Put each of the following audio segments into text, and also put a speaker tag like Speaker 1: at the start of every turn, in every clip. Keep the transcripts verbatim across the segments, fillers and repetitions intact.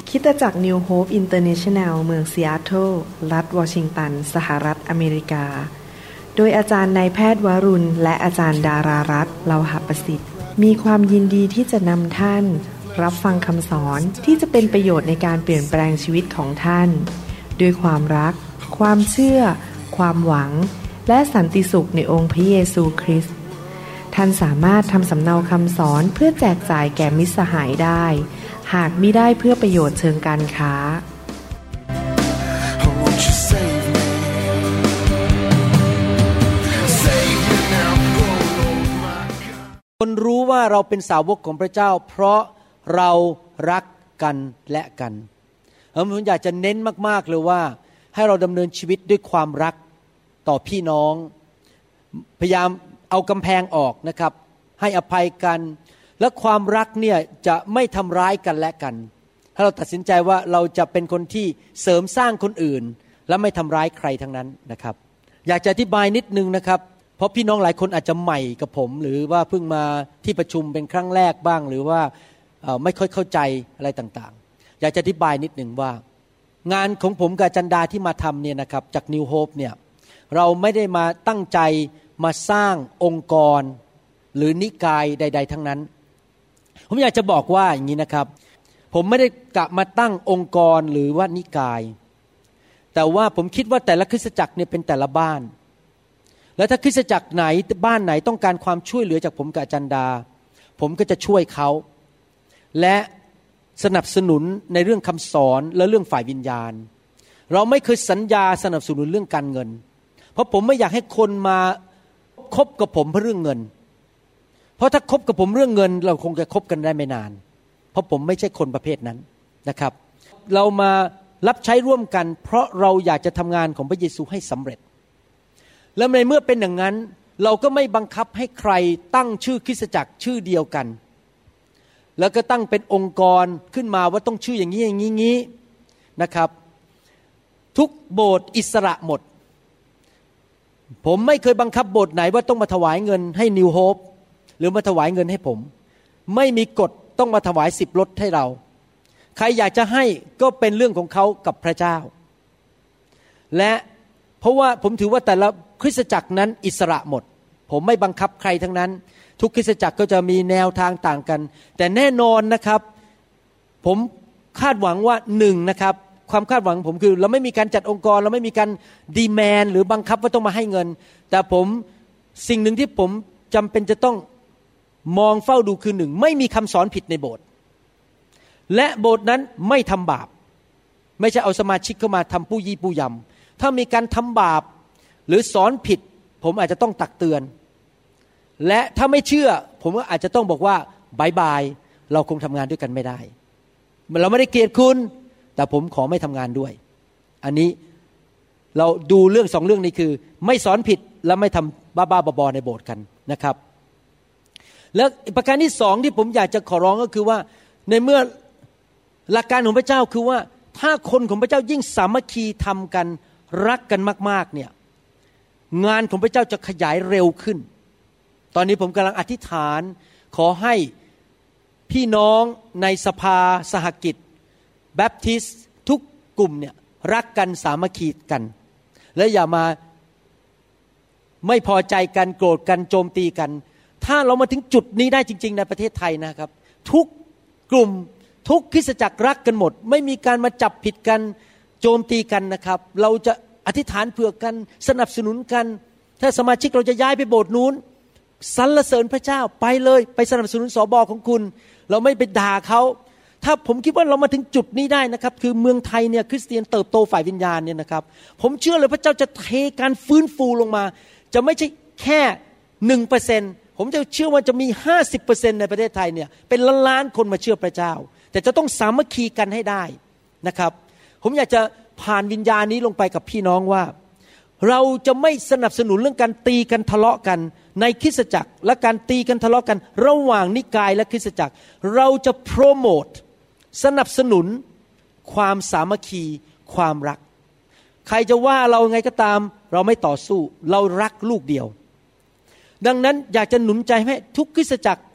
Speaker 1: คริสตจักร New Hope International เมืองซีแอตเทิลรัฐวอชิงตันสหรัฐอเมริกาโดยอาจารย์นายแพทย์วรุณและอาจารย์ดารารัตน์เลาหประสิทธิ์มีความยินดีที่จะนำท่านรับฟังคำสอนที่จะเป็นประโยชน์ในการเปลี่ยนแปลงชีวิตของท่านด้วยความรักความเชื่อความหวังและสันติสุขในองค์พระเยซูคริสต์ท่านสามารถทำสำเนาคำสอนเพื่อแจกจ่ายแก่มิตรสหายได้หากมิได้เพื่อประโยชน์เชิงการค้า
Speaker 2: คนรู้ว่าเราเป็นสาวกของพระเจ้าเพราะเรารักกันและกันผมอยากจะเน้นมากๆเลยว่าให้เราดำเนินชีวิตด้วยความรักต่อพี่น้องพยายามเอากำแพงออกนะครับให้อภัยกันและความรักเนี่ยจะไม่ทำร้ายกันและกันถ้าเราตัดสินใจว่าเราจะเป็นคนที่เสริมสร้างคนอื่นและไม่ทำร้ายใครทั้งนั้นนะครับอยากจะอธิบายนิดนึงนะครับเพราะพี่น้องหลายคนอาจจะใหม่กับผมหรือว่าเพิ่งมาที่ประชุมเป็นครั้งแรกบ้างหรือว่าไม่ค่อยเข้าใจอะไรต่างๆอยากจะอธิบายนิดนึงว่างานของผมกับจันดาที่มาทำเนี่ยนะครับจาก New Hope เนี่ยเราไม่ได้มาตั้งใจมาสร้างองค์กรหรือนิกายใดๆทั้งนั้นผมอยากจะบอกว่าอย่างนี้นะครับผมไม่ได้กะมาตั้งองค์กรหรือว่านิกายแต่ว่าผมคิดว่าแต่ละคริสตจักรเนี่ยเป็นแต่ละบ้านแล้วถ้าคริสตจักรไหนบ้านไหนต้องการความช่วยเหลือจากผมกับจันดาผมก็จะช่วยเขาและสนับสนุนในเรื่องคำสอนและเรื่องฝ่ายวิญญาณเราไม่เคยสัญญาสนับสนุนเรื่องการเงินเพราะผมไม่อยากให้คนมาคบกับผมเพราะเรื่องเงินเพราะถ้าคบกับผมเรื่องเงินเราคงจะคบกันได้ไม่นานเพราะผมไม่ใช่คนประเภทนั้นนะครับเรามารับใช้ร่วมกันเพราะเราอยากจะทำงานของพระเยซูให้สำเร็จและในเมื่อเป็นอย่างนั้นเราก็ไม่บังคับให้ใครตั้งชื่อคริสตจักรชื่อเดียวกันแล้วก็ตั้งเป็นองค์กรขึ้นมาว่าต้องชื่ออย่างนี้อย่างนี้งี้นะครับทุกโบสถ์อิสระหมดผมไม่เคยบังคับโบสถ์ไหนว่าต้องมาถวายเงินให้ New Hope หรือมาถวายเงินให้ผมไม่มีกฎต้องมาถวายสิบลดให้เราใครอยากจะให้ก็เป็นเรื่องของเขากับพระเจ้าและเพราะว่าผมถือว่าแต่ละคริสตจักรนั้นอิสระหมดผมไม่บังคับใครทั้งนั้นทุกคริสตจักรก็จะมีแนวทางต่างกันแต่แน่นอนนะครับผมคาดหวังว่าหนึ่งนะครับความคาดหวังผมคือเราไม่มีการจัดองค์กรเราไม่มีการดีแมนหรือบังคับว่าต้องมาให้เงินแต่ผมสิ่งหนึ่งที่ผมจำเป็นจะต้องมองเฝ้าดูคือหนึ่งไม่มีคำสอนผิดในโบสถ์และโบสถ์นั้นไม่ทำบาปไม่ใช่เอาสมาชิกเข้ามาทำปู้ยี่ปู้ยำถ้ามีการทำบาปหรือสอนผิดผมอาจจะต้องตักเตือนและถ้าไม่เชื่อผมก็อาจจะต้องบอกว่าบายบายเราคงทำงานด้วยกันไม่ได้เราไม่ได้เกลียดคุณแต่ผมขอไม่ทำงานด้วยอันนี้เราดูเรื่องสองเรื่องนี้คือไม่สอนผิดและไม่ทำบ้าๆบอๆในโบสถ์กันนะครับแล้วประการที่สองที่ผมอยากจะขอร้องก็คือว่าในเมื่อหลักการของพระเจ้าคือว่าถ้าคนของพระเจ้ายิ่งสามัคคีทำกันรักกันมากๆเนี่ยงานของพระเจ้าจะขยายเร็วขึ้นตอนนี้ผมกำลังอธิษฐานขอให้พี่น้องในสภาสหกิจแบปทิสต์ทุกกลุ่มเนี่ยรักกันสามัคคีกันและอย่ามาไม่พอใจกันโกรธกันโจมตีกันถ้าเรามาถึงจุดนี้ได้จริงๆในประเทศไทยนะครับทุกกลุ่มทุกคริสตจักรรักกันหมดไม่มีการมาจับผิดกันโจมตีกันนะครับเราจะอธิษฐานเผื่อกันสนับสนุนกันถ้าสมาชิกเราจะย้ายไปโบสถ์นู้นสรรเสริญพระเจ้าไปเลยไปสนับสนุนสบของคุณเราไม่ไปด่าเขาถ้าผมคิดว่าเรามาถึงจุดนี้ได้นะครับคือเมืองไทยเนี่ยคริสเตียนเติบโตฝ่ายวิญญาณเนี่ยนะครับผมเชื่อเลยพระเจ้าจะเทการฟื้นฟูลงมาจะไม่ใช่แค่ หนึ่งเปอร์เซ็นต์ ผมจะเชื่อว่าจะมี ห้าสิบเปอร์เซ็นต์ ในประเทศไทยเนี่ยเป็นล้านๆคนมาเชื่อพระเจ้าแต่จะต้องสามัคคีกันให้ได้นะครับผมอยากจะผ่านวิญญาณนี้ลงไปกับพี่น้องว่าเราจะไม่สนับสนุนเรื่องการตีกันทะเลาะกันในคริสตจักรและการตีกันทะเลาะกันระหว่างนิกายและคริสตจักรเราจะโปรโมทสนับสนุนความสามัคคีความรักใครจะว่าเราไงก็ตามเราไม่ต่อสู้เรารักลูกเดียวดังนั้นอยากจะหนุนใจให้ทุกคริสตจักร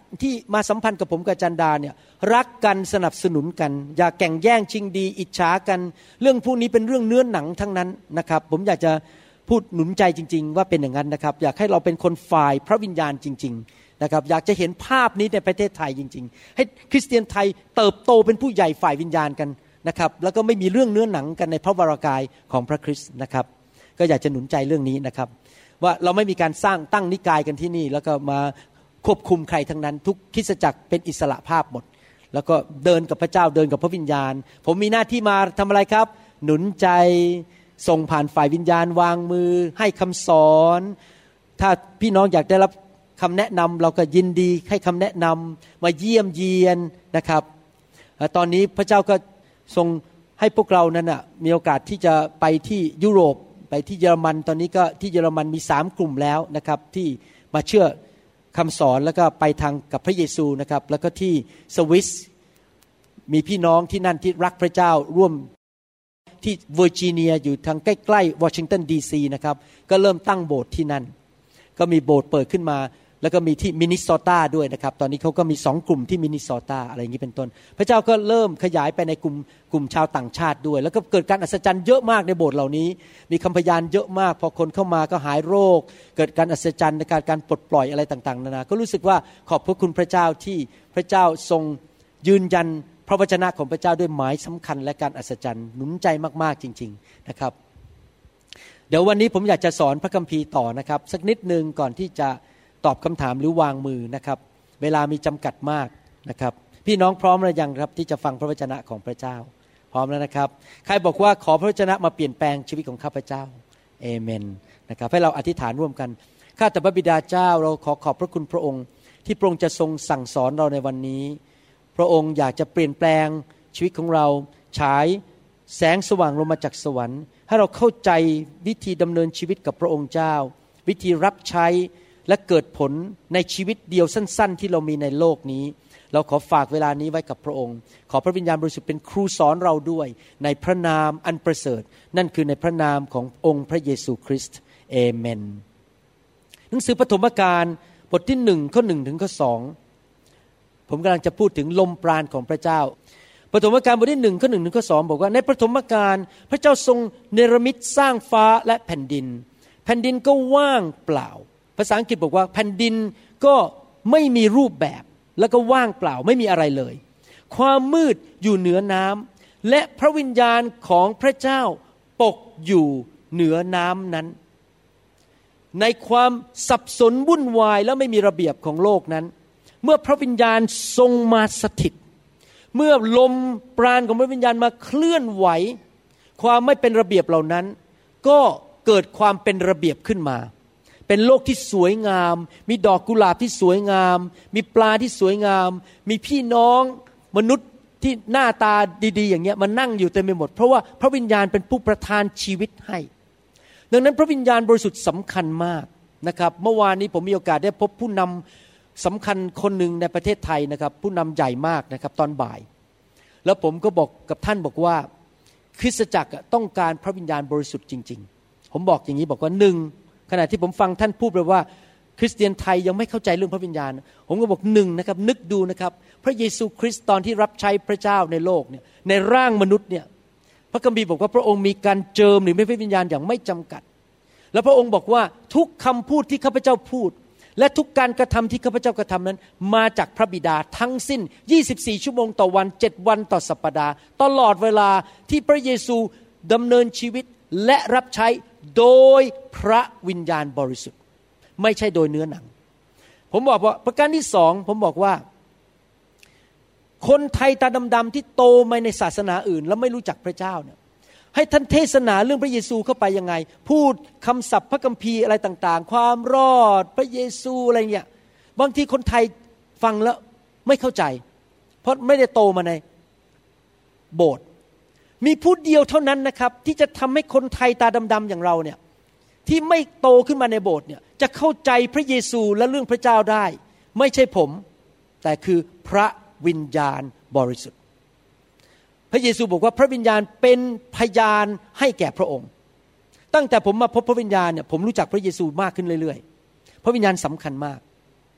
Speaker 2: ที่มาสัมพันธ์กับผมกับจันดาเนี่ยรักกันสนับสนุนกันอย่าแข่งแย่งชิงดีอิจฉากันเรื่องพวกนี้เป็นเรื่องเนื้อหนังทั้งนั้นนะครับผมอยากจะพูดหนุนใจจริงๆว่าเป็นอย่างนั้นนะครับอยากให้เราเป็นคนฝ่ายพระวิญญาณจริงๆนะครับอยากจะเห็นภาพนี้ในประเทศไทยจริงๆให้คริสเตียนไทยเติบโตเป็นผู้ใหญ่ฝ่ายวิญญาณกันนะครับแล้วก็ไม่มีเรื่องเนื้อหนังกันในพระวรากายของพระคริสต์นะครับก็อยากจะหนุนใจเรื่องนี้นะครับว่าเราไม่มีการสร้างตั้งนิกายกันที่นี่แล้วก็มาควบคุมใครทั้งนั้นทุกคริสตจักรเป็นอิสระภาพหมดแล้วก็เดินกับพระเจ้าเดินกับพระวิญญาณผมมีหน้าที่มาทำอะไรครับหนุนใจส่งผ่านฝ่ายวิญญาณวางมือให้คำสอนถ้าพี่น้องอยากได้รับคำแนะนำเราก็ยินดีให้คำแนะนำมาเยี่ยมเยียนนะครับตอนนี้พระเจ้าก็ทรงให้พวกเรานั้นน่ะมีโอกาสที่จะไปที่ยุโรปไปที่เยอรมันตอนนี้ก็ที่เยอรมันมีสามกลุ่มแล้วนะครับที่มาเชื่อคำสอนแล้วก็ไปทางกับพระเยซูนะครับแล้วก็ที่สวิสมีพี่น้องที่นั่นที่รักพระเจ้าร่วมที่เวอร์จิเนียอยู่ทางใกล้ๆวอชิงตันดีซีนะครับก็เริ่มตั้งโบสถ์ที่นั่นก็มีโบสถ์เปิดขึ้นมาแล้วก็มีที่มินนิโซตาด้วยนะครับตอนนี้เขาก็มีสองกลุ่มที่มินนิโซตาอะไรอย่างนี้เป็นต้นพระเจ้าก็เริ่มขยายไปในกลุ่มกลุ่มชาวต่างชาติด้วยแล้วก็เกิดการอัศจรรย์เยอะมากในโบสถ์เหล่านี้มีคำพยานเยอะมากพอคนเข้ามาก็หายโรคเกิดการอัศจรรย์ในการการปลดปล่อยอะไรต่างๆนานาก็รู้สึกว่าขอบพระคุณพระเจ้าที่พระเจ้าทรงยืนยันพระวจนะของพระเจ้าด้วยหมายสำคัญและการอัศจรรย์หนุนใจมากๆจริงๆนะครับเดี๋ยววันนี้ผมอยากจะสอนพระคัมภีร์ต่อนะครับสักนิดนึงก่อนที่จะตอบคำถามหรือวางมือนะครับเวลามีจำกัดมากนะครับพี่น้องพร้อมหรือยังครับที่จะฟังพระวจนะของพระเจ้าพร้อมแล้วนะครับใครบอกว่าขอพระวจนะมาเปลี่ยนแปลงชีวิตของข้าพเจ้าเอเมนนะครับให้เราอธิษฐานร่วมกันข้าแต่พระบิดาเจ้าเราขอขอบพระคุณพระองค์ที่พระองค์จะทรงสั่งสอนเราในวันนี้พระองค์อยากจะเปลี่ยนแปลงชีวิตของเราฉายแสงสว่างลงมาจากสวรรค์ให้เราเข้าใจวิธีดำเนินชีวิตกับพระองค์เจ้าวิธีรับใช้และเกิดผลในชีวิตเดียวสั้นๆที่เรามีในโลกนี้เราขอฝากเวลานี้ไว้กับพระองค์ขอพระวิญญาณบริสุทธิ์เป็นครูสอนเราด้วยในพระนามอันประเสริฐนั่นคือในพระนามขององค์พระเยซูคริสต์เอเมนหนังสือปฐมกาลบทที่หนึ่งข้อหนึ่งถึงข้อสองผมกำลังจะพูดถึงลมปราณของพระเจ้าปฐมกาลบทที่หนึ่งข้อหนึ่งถึงข้อสองบอกว่าในปฐมกาลพระเจ้าทรงเนรมิตสร้างฟ้าและแผ่นดินแผ่นดินก็ว่างเปล่าภาษาอังกฤษบอกว่าแผ่นดินก็ไม่มีรูปแบบแล้วก็ว่างเปล่าไม่มีอะไรเลยความมืดอยู่เหนือน้ำและพระวิญญาณของพระเจ้าปกอยู่เหนือน้ำนั้นในความสับสนวุ่นวายและไม่มีระเบียบของโลกนั้นเมื่อพระวิญญาณทรงมาสถิตเมื่อลมปราณของพระวิญญาณมาเคลื่อนไหวความไม่เป็นระเบียบเหล่านั้นก็เกิดความเป็นระเบียบขึ้นมาเป็นโลกที่สวยงามมีดอกกุหลาบที่สวยงามมีปลาที่สวยงามมีพี่น้องมนุษย์ที่หน้าตาดีๆอย่างเงี้ยมานั่งอยู่เต็มไปหมดเพราะว่าพระวิญญาณเป็นผู้ประทานชีวิตให้ดังนั้นพระวิญญาณบริสุทธิ์สำคัญมากนะครับเมื่อวานนี้ผมมีโอกาสได้พบผู้นำสำคัญคนหนึ่งในประเทศไทยนะครับผู้นำใหญ่มากนะครับตอนบ่ายแล้วผมก็บอกกับท่านบอกว่าคริสตจักรต้องการพระวิญญาณบริสุทธิ์จริงๆผมบอกอย่างนี้บอกว่าหนึ่งขณะที่ผมฟังท่านพูดไปว่าคริสเตียนไทยยังไม่เข้าใจเรื่องพระวิญญาณผมก็บอกหนึ่งนะครับนึกดูนะครับพระเยซูคริสต์ตอนที่รับใช้พระเจ้าในโลกเนี่ยในร่างมนุษย์เนี่ยพระคัมภีร์บอกว่าพระองค์มีการเจิมหรือไม่พระวิญญาณอย่างไม่จำกัดแล้วพระองค์บอกว่าทุกคำพูดที่ข้าพเจ้าพูดและทุกการกระทำที่ข้าพเจ้ากระทำนั้นมาจากพระบิดาทั้งสิ้นยี่สิบสี่ชั่วโมงต่อวันเจ็ดวันต่อสัปดาห์ตลอดเวลาที่พระเยซูดำเนินชีวิตและรับใช้โดยพระวิญญาณบริสุทธิ์ไม่ใช่โดยเนื้อหนังผมบอกว่าประการที่สองผมบอกว่าคนไทยตาดำๆที่โตมาในศาสนาอื่นแล้วไม่รู้จักพระเจ้าเนี่ยให้ท่านเทศนาเรื่องพระเยซูเข้าไปยังไงพูดคำศัพท์พระคัมภีร์อะไรต่างๆความรอดพระเยซูอะไรเงี้ยบางทีคนไทยฟังแล้วไม่เข้าใจเพราะไม่ได้โตมาในโบสถ์มีผู้เดียวเท่านั้นนะครับที่จะทำให้คนไทยตาดำๆอย่างเราเนี่ยที่ไม่โตขึ้นมาในโบสถ์เนี่ยจะเข้าใจพระเยซูและเรื่องพระเจ้าได้ไม่ใช่ผมแต่คือพระวิญญาณบริสุทธิ์พระเยซูบอกว่าพระวิญญาณเป็นพยานให้แก่พระองค์ตั้งแต่ผมมาพบพระวิญญาณเนี่ยผมรู้จักพระเยซูมากขึ้นเรื่อยๆพระวิญญาณสำคัญมาก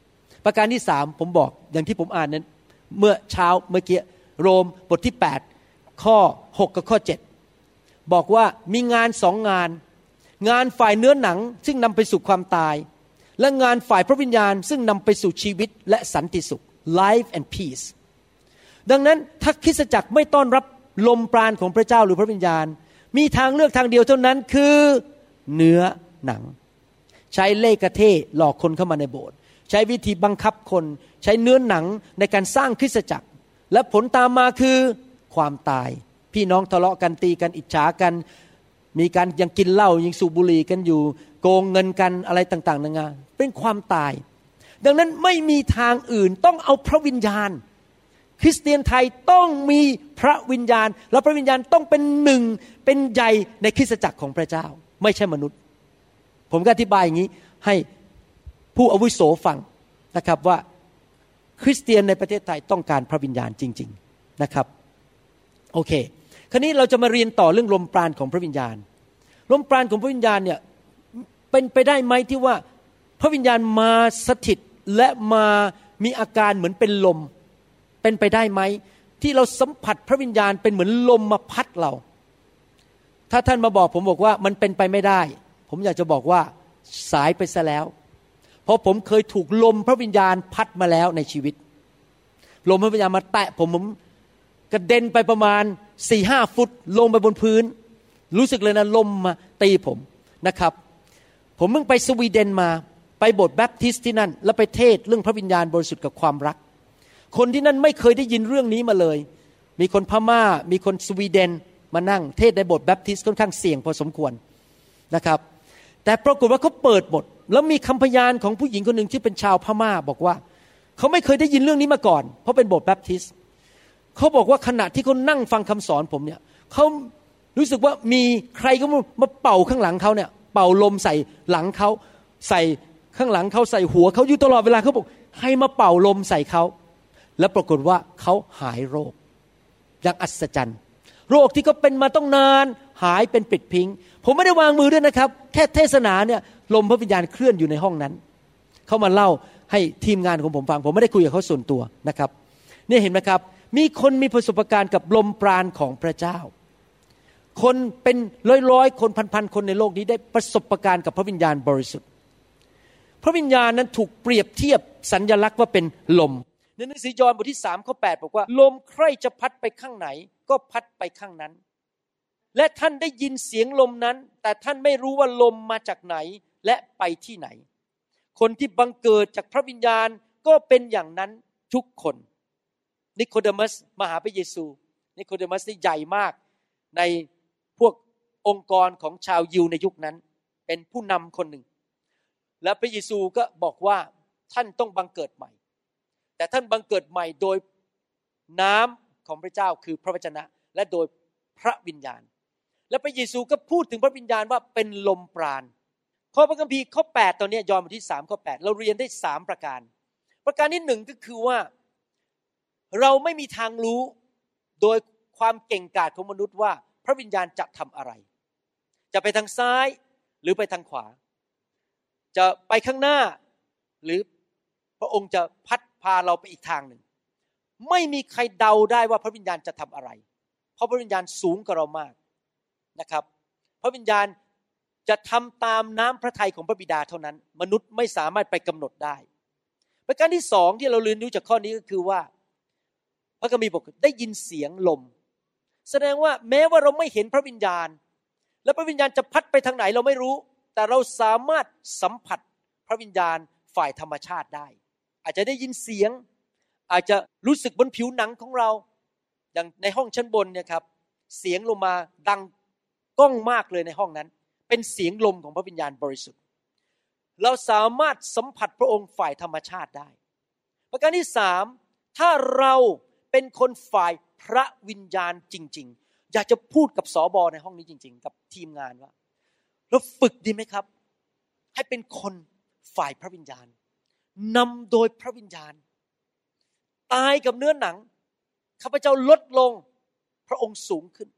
Speaker 2: ประการที่สามผมบอกอย่างที่ผมอ่านนั้นเมื่อเช้าเมื่อกี้โรมบทที่แปดข้อหกกับข้อเจ็ดบอกว่ามีงานสองงานงานฝ่ายเนื้อหนังซึ่งนำไปสู่ความตายและงานฝ่ายพระวิญญาณซึ่งนำไปสู่ชีวิตและสันติสุข life and peace ดังนั้นถ้าคริสตจักรไม่ต้อนรับลมปราณของพระเจ้าหรือพระวิญญาณมีทางเลือกทางเดียวเท่านั้นคือเนื้อหนังใช้เล่ห์กระเทศหลอกคนเข้ามาในโบสถ์ใช้วิธีบังคับคนใช้เนื้อหนังในการสร้างคริสตจักรและผลตามมาคือความตายพี่น้องทะเลาะกันตีกันอิจฉากันมีการยังกินเหล้ายังสูบบุหรี่กันอยู่โกงเงินกันอะไรต่างๆนานาเป็นความตายดังนั้นไม่มีทางอื่นต้องเอาพระวิญญาณคริสเตียนไทยต้องมีพระวิญญาณและพระวิญญาณต้องเป็นหนึ่งเป็นใหญ่ในคริสตจักรของพระเจ้าไม่ใช่มนุษย์ผมก็อธิบายอย่างนี้ให้ผู้อาวุโสฟังนะครับว่าคริสเตียนในประเทศไทยต้องการพระวิญญาณจริงๆนะครับโอเคคราวนี้เราจะมาเรียนต่อเรื่องลมปราณของพระวิญญาณลมปราณของพระวิญญาณเนี่ยเป็นไปได้ไหมที่ว่าพระวิญญาณมาสถิตและมามีอาการเหมือนเป็นลมเป็นไปได้ไหมที่เราสัมผัสพระวิญญาณเป็นเหมือนลมมาพัดเราถ้าท่านมาบอกผมบอกว่ามันเป็นไปไม่ได้ผมอยากจะบอกว่าสายไปซะแล้วเพราะผมเคยถูกลมพระวิญญาณพัดมาแล้วในชีวิตลมพระวิญญาณมาแตะผมผมกระเด็นไปประมาณ สี่ห้า ฟุตลงไปบนพื้นรู้สึกเลยนะลมมาตีผมนะครับผมเพิ่งไปสวีเดนมาไปโบสถ์แบปทิสต์ที่นั่นแล้วไปเทศเรื่องพระวิญญาณบริสุทธิ์กับความรักคนที่นั่นไม่เคยได้ยินเรื่องนี้มาเลยมีคนพม่ามีคนสวีเดนมานั่งเทศในโบสถ์แบปทิสต์ค่อนข้างเสี่ยงพอสมควรนะครับแต่ปรากฏว่าเขาเปิดบทแล้วมีคำพยานของผู้หญิงคนหนึ่งที่เป็นชาวพม่าบอกว่าเขาไม่เคยได้ยินเรื่องนี้มาก่อนเพราะเป็นโบสถ์แบปทิสต์เขาบอกว่าขณะที่เขานั่งฟังคำสอนผมเนี่ยเขารู้สึกว่ามีใครก็มาเป่าข้างหลังเขาเนี่ยเป่าลมใส่หลังเขาใส่ข้างหลังเขาใส่หัวเขาอยู่ตลอดเวลาเขาบอกให้มาเป่าลมใส่เขาแล้วปรากฏว่าเขาหายโรคอย่างอัศจรรย์โรคที่เขาเป็นมาต้องนานหายเป็นปลิดพิงผมไม่ได้วางมือด้วยนะครับแค่เทศนาเนี่ยลมพระวิญญาณเคลื่อนอยู่ในห้องนั้นเขามาเล่าให้ทีมงานของผมฟังผมไม่ได้คุยกับเขาส่วนตัวนะครับนี่เห็นไหมครับมีคนมีประสบการณ์กับลมปราณของพระเจ้าคนเป็นร้อยๆคนพันๆคนในโลกนี้ได้ประสบการณ์กับพระวิญญาณบริสุทธิ์พระวิญญาณนั้นถูกเปรียบเทียบสัญลักษณ์ว่าเป็นลมในหนังสือยอห์นบทที่สามข้อแปดบอกว่าลมใครจะพัดไปข้างไหนก็พัดไปข้างนั้นและท่านได้ยินเสียงลมนั้นแต่ท่านไม่รู้ว่าลมมาจากไหนและไปที่ไหนคนที่บังเกิดจากพระวิญญาณก็เป็นอย่างนั้นทุกคนนิโคเดมัสมาหาพระเยซูนิโคเดมัสนี่ใหญ่มากในพวกองค์กรของชาวยิวในยุคนั้นเป็นผู้นำคนหนึ่งและพระเยซูก็บอกว่าท่านต้องบังเกิดใหม่แต่ท่านบังเกิดใหม่โดยน้ำของพระเจ้าคือพระวจนะและโดยพระวิญญาณและพระเยซูก็พูดถึงพระวิญญาณว่าเป็นลมปราณข้อพระคัมภีร์ข้อแปดตอนนี้ยอห์นบทที่สามข้อแปดเราเรียนได้สามประการประการที่หนึ่งก็คือว่าเราไม่มีทางรู้โดยความเก่งกาจของมนุษย์ว่าพระวิญญาณจะทำอะไรจะไปทางซ้ายหรือไปทางขวาจะไปข้างหน้าหรือพระองค์จะพัดพาเราไปอีกทางหนึ่งไม่มีใครเดาได้ว่าพระวิญญาณจะทำอะไรเพราะพระวิญญาณสูงกว่าเรามากนะครับพระวิญญาณจะทำตามน้ำพระทัยของพระบิดาเท่านั้นมนุษย์ไม่สามารถไปกำหนดได้ประการที่สองที่เราเรียนรู้จากข้อนี้ก็คือว่าพระคัมภีร์บอกได้ยินเสียงลมแสดงว่าแม้ว่าเราไม่เห็นพระวิญญาณและพระวิญญาณจะพัดไปทางไหนเราไม่รู้แต่เราสามารถสัมผัสพระวิญญาณฝ่ายธรรมชาติได้อาจจะได้ยินเสียงอาจจะรู้สึกบนผิวหนังของเราอย่างในห้องชั้นบนเนี่ยครับเสียงลงมาดังก้องมากเลยในห้องนั้นเป็นเสียงลมของพระวิญญาณบริสุทธิ์เราสามารถสัมผัสพระองค์ฝ่ายธรรมชาติได้ประการที่สามถ้าเราเป็นคนฝ่ายพระวิญญาณจริงๆอยากจะพูดกับสบในห้องนี้จริงๆกับทีมงานว่าเราฝึกดีไหมครับให้เป็นคนฝ่ายพระวิญญาณนำโดยพระวิญญาณตายกับเนื้อหนังข้าพเจ้าลดลงพระองค์สูงขึ้น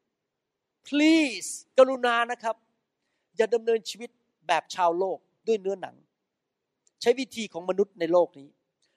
Speaker 2: please กรุณานะครับอย่าดำเนินชีวิตแบบชาวโลกด้วยเนื้อหนังใช้วิธีของมนุษย์ในโลกนี้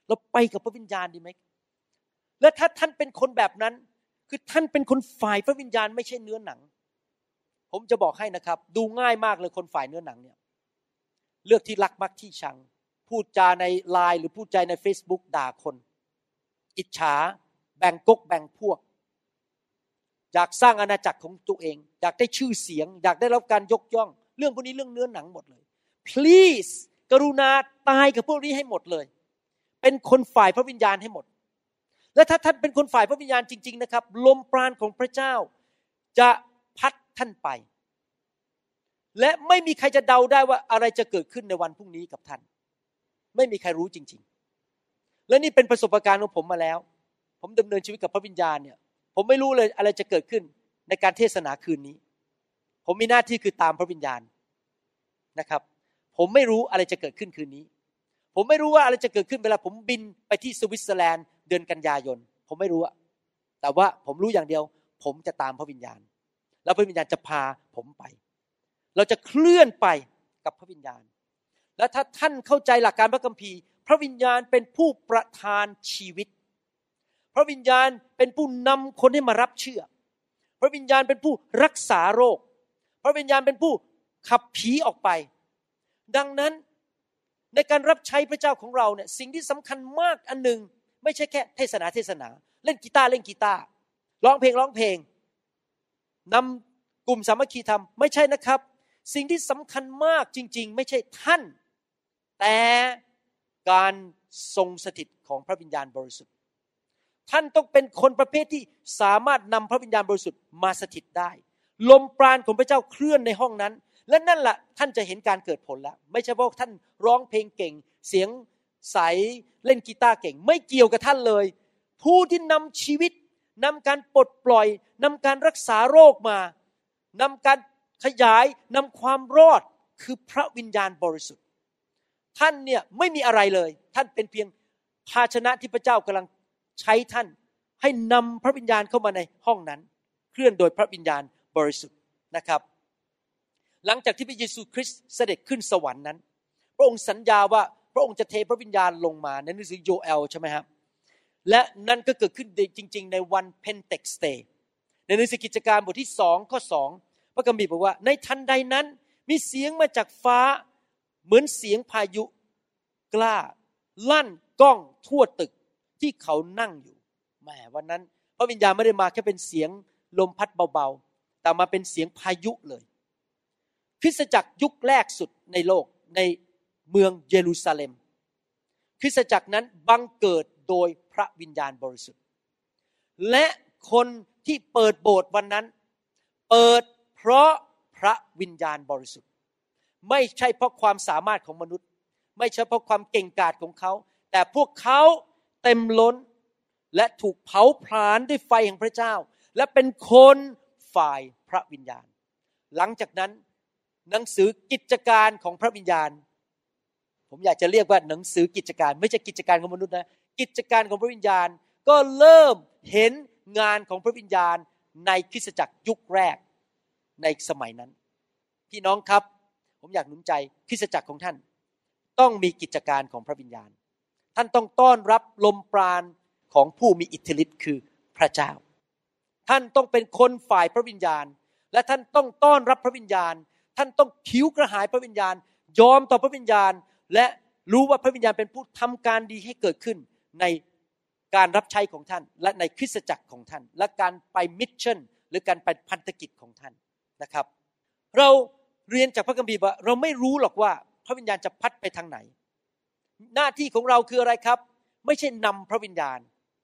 Speaker 2: เราไปกับพระวิญญาณดีไหมและถ้าท่านเป็นคนแบบนั้นคือท่านเป็นคนฝ่ายพระวิญญาณไม่ใช่เนื้อหนังผมจะบอกให้นะครับดูง่ายมากเลยคนฝ่ายเนื้อหนังเนี่ยเลือกที่รักมักที่ชังพูดจาในไลน์หรือพูดจาใน Facebook ด่าคนอิจฉาแบ่งก๊กแบ่งพวกอยากสร้างอาณาจักรของตัวเองอยากได้ชื่อเสียงอยากได้รับการยกย่องเรื่องพวกนี้เรื่องเนื้อหนังหมดเลย please กรุณาตายกับพวกนี้ให้หมดเลยเป็นคนฝ่ายพระวิญญาณให้หมดและถ้าท่านเป็นคนฝ่ายพระวิญญาณจริงๆนะครับลมปราณของพระเจ้าจะพัดท่านไปและไม่มีใครจะเดาได้ว่าอะไรจะเกิดขึ้นในวันพรุ่งนี้กับท่านไม่มีใครรู้จริงๆและนี่เป็นประสบการณ์ของผมมาแล้วผมดำเนินชีวิตกับพระวิญญาณเนี่ยผมไม่รู้เลยอะไรจะเกิดขึ้นในการเทศนาคืนนี้ผมมีหน้าที่คือตามพระวิญญาณนะครับผมไม่รู้อะไรจะเกิดขึ้นคืนนี้ผมไม่รู้ว่าอะไรจะเกิดขึ้นเวลาผมบินไปที่สวิตเซอร์แลนด์เดือนกันยายนผมไม่รู้อะแต่ว่าผมรู้อย่างเดียวผมจะตามพระวิญญาณแล้วพระวิญญาณจะพาผมไปเราจะเคลื่อนไปกับพระวิญญาณและถ้าท่านเข้าใจหลักการพระคัมภีร์พระวิญญาณเป็นผู้ประทานชีวิตพระวิญญาณเป็นผู้นำคนให้มารับเชื่อพระวิญญาณเป็นผู้รักษาโรคพระวิญญาณเป็นผู้ขับผีออกไปดังนั้นในการรับใช้พระเจ้าของเราเนี่ยสิ่งที่สำคัญมากอันหนึ่งไม่ใช่แค่เทศนาเทศนาเล่นกีตาร์เล่นกีตาร์ร้องเพลงร้องเพลงนำกลุ่มสามัคคีทำไม่ใช่นะครับสิ่งที่สำคัญมากจริงๆไม่ใช่ท่านแต่การทรงสถิตของพระวิญญาณบริสุทธิ์ท่านต้องเป็นคนประเภทที่สามารถนำพระวิญญาณบริสุทธิ์มาสถิตได้ลมปราณของพระเจ้าเคลื่อนในห้องนั้นและนั่นแหละท่านจะเห็นการเกิดผลแล้วไม่ใช่เพราะท่านร้องเพลงเก่งเสียงใสเล่นกีตาร์เก่งไม่เกี่ยวกับท่านเลยผู้ที่นำชีวิตนำการปลดปล่อยนำการรักษาโรคมานำการขยายนำความรอดคือพระวิญญาณบริสุทธิ์ท่านเนี่ยไม่มีอะไรเลยท่านเป็นเพียงภาชนะที่พระเจ้ากำลังใช้ท่านให้นำพระวิญญาณเข้ามาในห้องนั้นเคลื่อนโดยพระวิญญาณบริสุทธิ์นะครับหลังจากที่พระเยซูคริสต์เสด็จขึ้นสวรรค์นั้นพระองค์สัญญาว่าพระองค์จะเทพระวิญญาณลงมาในหนังสือโยเอลใช่ไหมครับและนั่นก็เกิดขึ้นจริงๆในวันเพนเทคสเตย์ในหนังสือกิจการบทที่สองข้อสองพระคัมภีร์บอกว่าในทันใดนั้นมีเสียงมาจากฟ้าเหมือนเสียงพายุกล้าลั่นก้องทั่วตึกที่เขานั่งอยู่แหมวันนั้นพระวิญญาณไม่ได้มาแค่เป็นเสียงลมพัดเบาๆแต่มาเป็นเสียงพายุเลยคริสตจักรยุคแรกสุดในโลกในเมืองเยรูซาเล็มคริสตจักรนั้นบังเกิดโดยพระวิญญาณบริสุทธิ์และคนที่เปิดโบสถ์วันนั้นเปิดเพราะพระวิญญาณบริสุทธิ์ไม่ใช่เพราะความสามารถของมนุษย์ไม่ใช่เพราะความเก่งกาจของเขาแต่พวกเขาเต็มล้นและถูกเผาผลาญด้วยไฟแห่งพระเจ้าและเป็นคนฝ่ายพระวิญญาณหลังจากนั้นหนังสือกิจการของพระวิญญาณผมอยากจะเรียกว่าหนังสือกิจการไม่ใช่กิจการของมนุษย์นะกิจการของพระวิญญาณก็เริ่มเห็นงานของพระวิญญาณในคริสตจักรยุคแรกในสมัยนั้นพี่น้องครับผมอยากหนุนใจคริสตจักรของท่านต้องมีกิจการของพระวิญญาณท่านต้องต้อนรับลมปราณของผู้มีอิทธิฤทธิ์คือพระเจ้าท่านต้องเป็นคนฝ่ายพระวิญญาณและท่านต้องต้อนรับพระวิญญาณท่านต้องหิวกระหายพระวิญญาณยอมต่อพระวิญญาณและรู้ว่าพระวิญญาณเป็นผู้ทำการดีให้เกิดขึ้นในการรับใช้ของท่านและในคริสตจักรของท่านและการไปมิชชั่นหรือการไปพันธกิจของท่านนะครับเราเรียนจากพระคัมภีร์ว่าเราไม่รู้หรอกว่าพระวิญญาณจะพัดไปทางไหนหน้าที่ของเราคืออะไรครับไม่ใช่นำพระวิญญาณ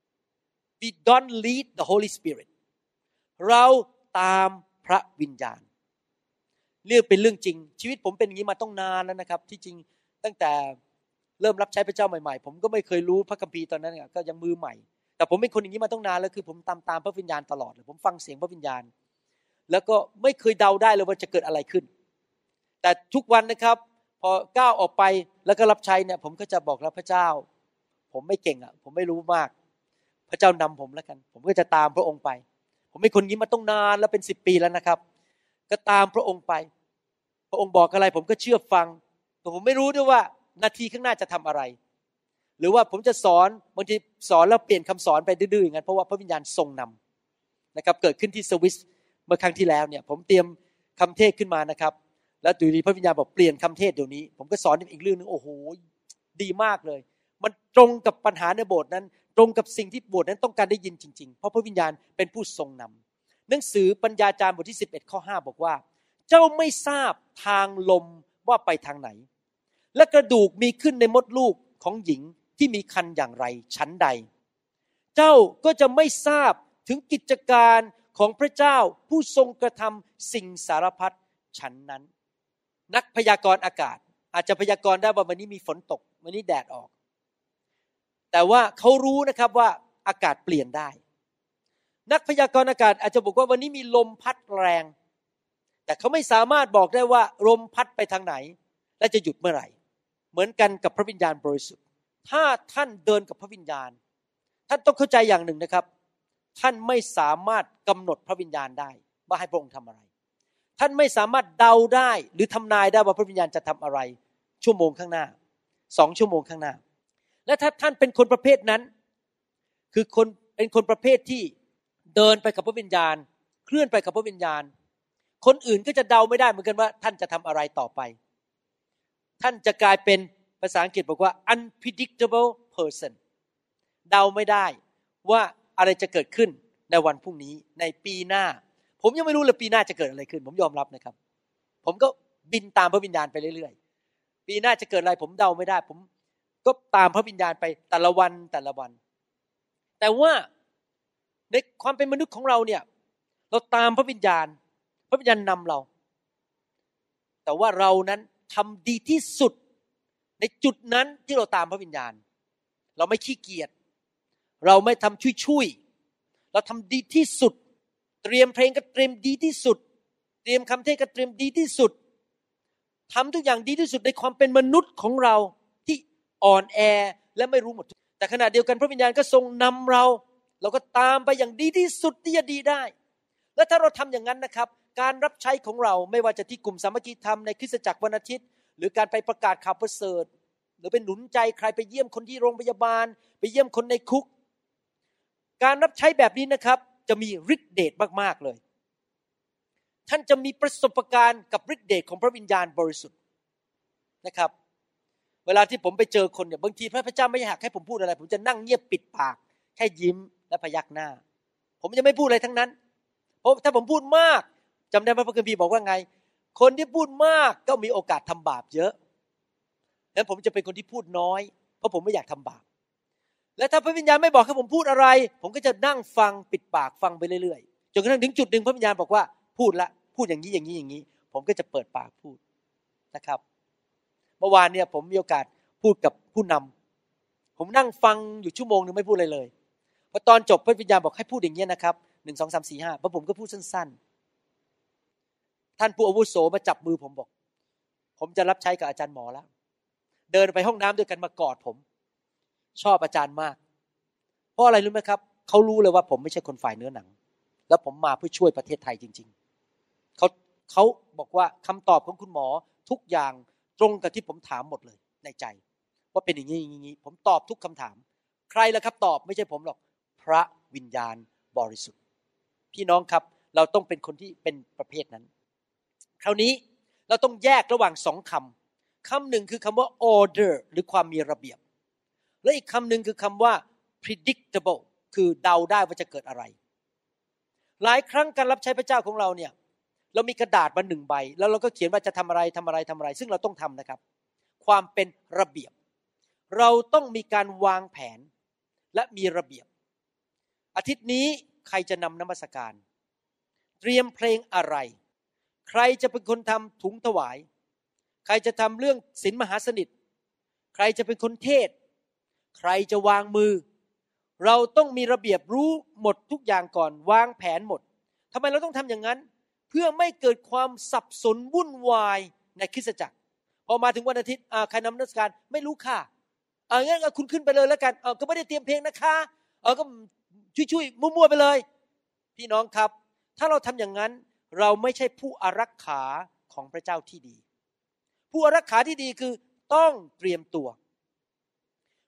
Speaker 2: we don't lead the Holy Spirit เราตามพระวิญญาณเรื่องเป็นเรื่องจริงชีวิตผมเป็นอย่างนี้มาต้องนานแล้วนะครับที่จริงตั้งแต่เริ่มรับใช้พระเจ้าใหม่ๆผมก็ไม่เคยรู้พระคัมภีร์ตอนนั้นก็ยังมือใหม่แต่ผมเป็นคนอย่างนี้มาต้องนานแล้วคือผมตามตามพระวิญญาณตลอดเลยผมฟังเสียงพระวิญญาณแล้วก็ไม่เคยเดาได้เลยว่าจะเกิดอะไรขึ้นแต่ทุกวันนะครับพอก้าวออกไปแล้วก็รับใช้เนี่ยผมก็จะบอกแล้วพระเจ้าผมไม่เก่งอ่ะผมไม่รู้มากพระเจ้านำผมแล้วกันผมก็จะตามพระองค์ไปผมเป็นคนอย่างนี้มาต้องนานแล้วเป็นสิบปีแล้วนะครับก็ตามพระองค์ไปพระองค์บอกอะไรผมก็เชื่อฟังแต่ผมไม่รู้ด้วยว่านาทีข้างหน้าจะทำอะไรหรือว่าผมจะสอนบางทีสอนแล้วเปลี่ยนคำสอนไปดื้อๆอย่างนั้นเพราะว่าพระวิญญาณทรงนำนะครับเกิดขึ้นที่สวิสเมื่อครั้งที่แล้วเนี่ยผมเตรียมคำเทศขึ้นมานะครับแล้วอยู่ดีพระวิญญาณบอกเปลี่ยนคำเทศเดี๋ยวนี้ผมก็สอนอีกเรื่องนึงโอ้โหดีมากเลยมันตรงกับปัญหาในโบสถ์นั้นตรงกับสิ่งที่โบสถ์นั้นต้องการได้ยินจริงๆเพราะพระวิญญาณเป็นผู้ทรงนำหนังสือปัญญาจารย์บทที่สิบเอ็ดข้อห้าบอกว่าเจ้าไม่ทราบทางลมว่าไปทางไหนและกระดูกมีขึ้นในมดลูกของหญิงที่มีครรภ์อย่างไรชั้นใดเจ้าก็จะไม่ทราบถึงกิจการของพระเจ้าผู้ทรงกระทำสิ่งสารพัดชั้นนั้นนักพยากรณ์อากาศอาจจะพยากรณ์ได้ว่าวันนี้มีฝนตกวันนี้แดดออกแต่ว่าเขารู้นะครับว่าอากาศเปลี่ยนได้นักพยากรณ์อากาศอาจจะบอกว่าวันนี้มีลมพัดแรงแต่เขาไม่สามารถบอกได้ว่าลมพัดไปทางไหนและจะหยุดเมื่อไหร่เหมือนกันกับพระวิญญาณบริสุทธิ์ถ้าท่านเดินกับพระวิญญาณท่านต้องเข้าใจอย่างหนึ่งนะครับท่านไม่สามารถกำหนดพระวิญญาณได้ว่าให้พระองค์ทำอะไรท่านไม่สามารถเดาได้หรือทำนายได้ว่าพระวิญญาณจะทำอะไรชั่วโมงข้างหน้าสองชั่วโมงข้างหน้าและถ้าท่านเป็นคนประเภทนั้นคือคนเป็นคนประเภทที่เดินไปกับพระวิญญาณเคลื่อนไปกับพระวิญญาณคนอื่นก็จะเดาไม่ได้เหมือนกันว่าท่านจะทำอะไรต่อไปท่านจะกลายเป็นภาษาอังกฤษบอกว่า unpredictable person เดาไม่ได้ว่าอะไรจะเกิดขึ้นในวันพรุ่งนี้ในปีหน้าผมยังไม่รู้เลยปีหน้าจะเกิดอะไรขึ้นผมยอมรับนะครับผมก็บินตามพระวิญญาณไปเรื่อยๆปีหน้าจะเกิดอะไรผมเดาไม่ได้ผมก็ตามพระวิญญาณไปแต่ละวันแต่ละวันแต่ว่าในความเป็นมนุษย์ของเราเนี่ยเราตามพระวิญญาณพระวิญญาณนำเราแต่ว่าเรานั้นทำดีที่สุดในจุดนั้นที่เราตามพระวิญญาณเราไม่ขี้เกียจเราไม่ทำชุยๆเราทำดีที่สุดเตรียมเพลงก็เตรียมดีที่สุดเตรียมคำเทศก็เตรียมดีที่สุดทำทุกอย่างดีที่สุดในความเป็นมนุษย์ของเราที่อ่อนแอและไม่รู้หมดแต่ขณะเดียวกันพระวิญญาณก็ทรงนำเราเราก็ตามไปอย่างดีที่สุดที่จะดีได้และถ้าเราทำอย่างนั้นนะครับการรับใช้ของเราไม่ว่าจะที่กลุ่มสามัคคีธรรมในคริสตจักรวันอาทิตย์หรือการไปประกาศข่าวประเสริฐหรือเป็นหนุนใจใครไปเยี่ยมคนที่โรงพยาบาลไปเยี่ยมคนในคุกการรับใช้แบบนี้นะครับจะมีฤทธิ์เดชมากๆเลยท่านจะมีประสบการณ์กับฤทธิ์เดชของพระวิญญาณบริสุทธิ์นะครับเวลาที่ผมไปเจอคนเนี่ยบางทีพระเจ้าไม่อยากให้ผมพูดอะไรผมจะนั่งเงียบปิดปากแค่ยิ้มและพยักหน้าผมจะไม่พูดอะไรทั้งนั้นเพราะถ้าผมพูดมากจำได้ไหมพระคัมภีร์บอกว่าไงคนที่พูดมากก็มีโอกาสทำบาปเยอะดังนั้นผมจะเป็นคนที่พูดน้อยเพราะผมไม่อยากทำบาปและถ้าพระวิญญาณไม่บอกให้ผมพูดอะไรผมก็จะนั่งฟังปิดปากฟังไปเรื่อยๆจนกระทั่งถึงจุดหนึ่งพระวิญญาณบอกว่าพูดละพูดอย่างนี้อย่างนี้อย่างนี้ผมก็จะเปิดปากพูดนะครับเมื่อวานเนี่ยผมมีโอกาสพูดกับผู้นำผมนั่งฟังอยู่ชั่วโมงนึงไม่พูดอะไรเลยพอตอนจบพระวิญญาณบอกให้พูดอย่างนี้นะครับหนึ่งสองสามสี่ห้าพอผมก็พูดสั้นๆท่านผู้อาวุโสมาจับมือผมบอกผมจะรับใช้กับอาจารย์หมอแล้วเดินไปห้องน้ำด้วยกันมากอดผมชอบอาจารย์มากเพราะอะไรรู้ไหมครับเขารู้เลยว่าผมไม่ใช่คนฝ่ายเนื้อหนังแล้วผมมาเพื่อช่วยประเทศไทยจริงๆเขาเขาบอกว่าคำตอบของคุณหมอทุกอย่างตรงกับที่ผมถามหมดเลยในใจว่าเป็นอย่างนี้อย่างนี้ผมตอบทุกคำถามใครล่ะครับตอบไม่ใช่ผมหรอกพระวิญญาณบริสุทธิ์พี่น้องครับเราต้องเป็นคนที่เป็นประเภทนั้นคราวนี้เราต้องแยกระหว่างสองคำคำหนึ่งคือคำว่า order หรือความมีระเบียบและอีกคำหนึ่งคือคำว่า predictable คือเดาได้ว่าจะเกิดอะไรหลายครั้งการรับใช้พระเจ้าของเราเนี่ยเรามีกระดาษมาหนึ่งใบแล้วเราก็เขียนว่าจะทำอะไรทำอะไรทำอะไรซึ่งเราต้องทำนะครับความเป็นระเบียบเราต้องมีการวางแผนและมีระเบียบอาทิตย์นี้ใครจะนำนมัสการเตรียมเพลงอะไรใครจะเป็นคนทำถุงถวายใครจะทำเรื่องศีลมหาสนิทใครจะเป็นคนเทศใครจะวางมือเราต้องมีระเบียบรู้หมดทุกอย่างก่อนวางแผนหมดทำไมเราต้องทำอย่างนั้นเพื่อไม่เกิดความสับสนวุ่นวายในคริสตจักรพอมาถึงวันอาทิตย์ใครนำนมัสการไม่รู้ค่ะเอองั้นคุณขึ้นไปเลยแล้วกันเออก็ไม่ได้เตรียมเพลงนะคะเออก็ช่วยๆมั่วๆไปเลยพี่น้องครับถ้าเราทำอย่างนั้นเราไม่ใช่ผู้อารักขาของพระเจ้าที่ดีผู้อารักขาที่ดีคือต้องเตรียมตัว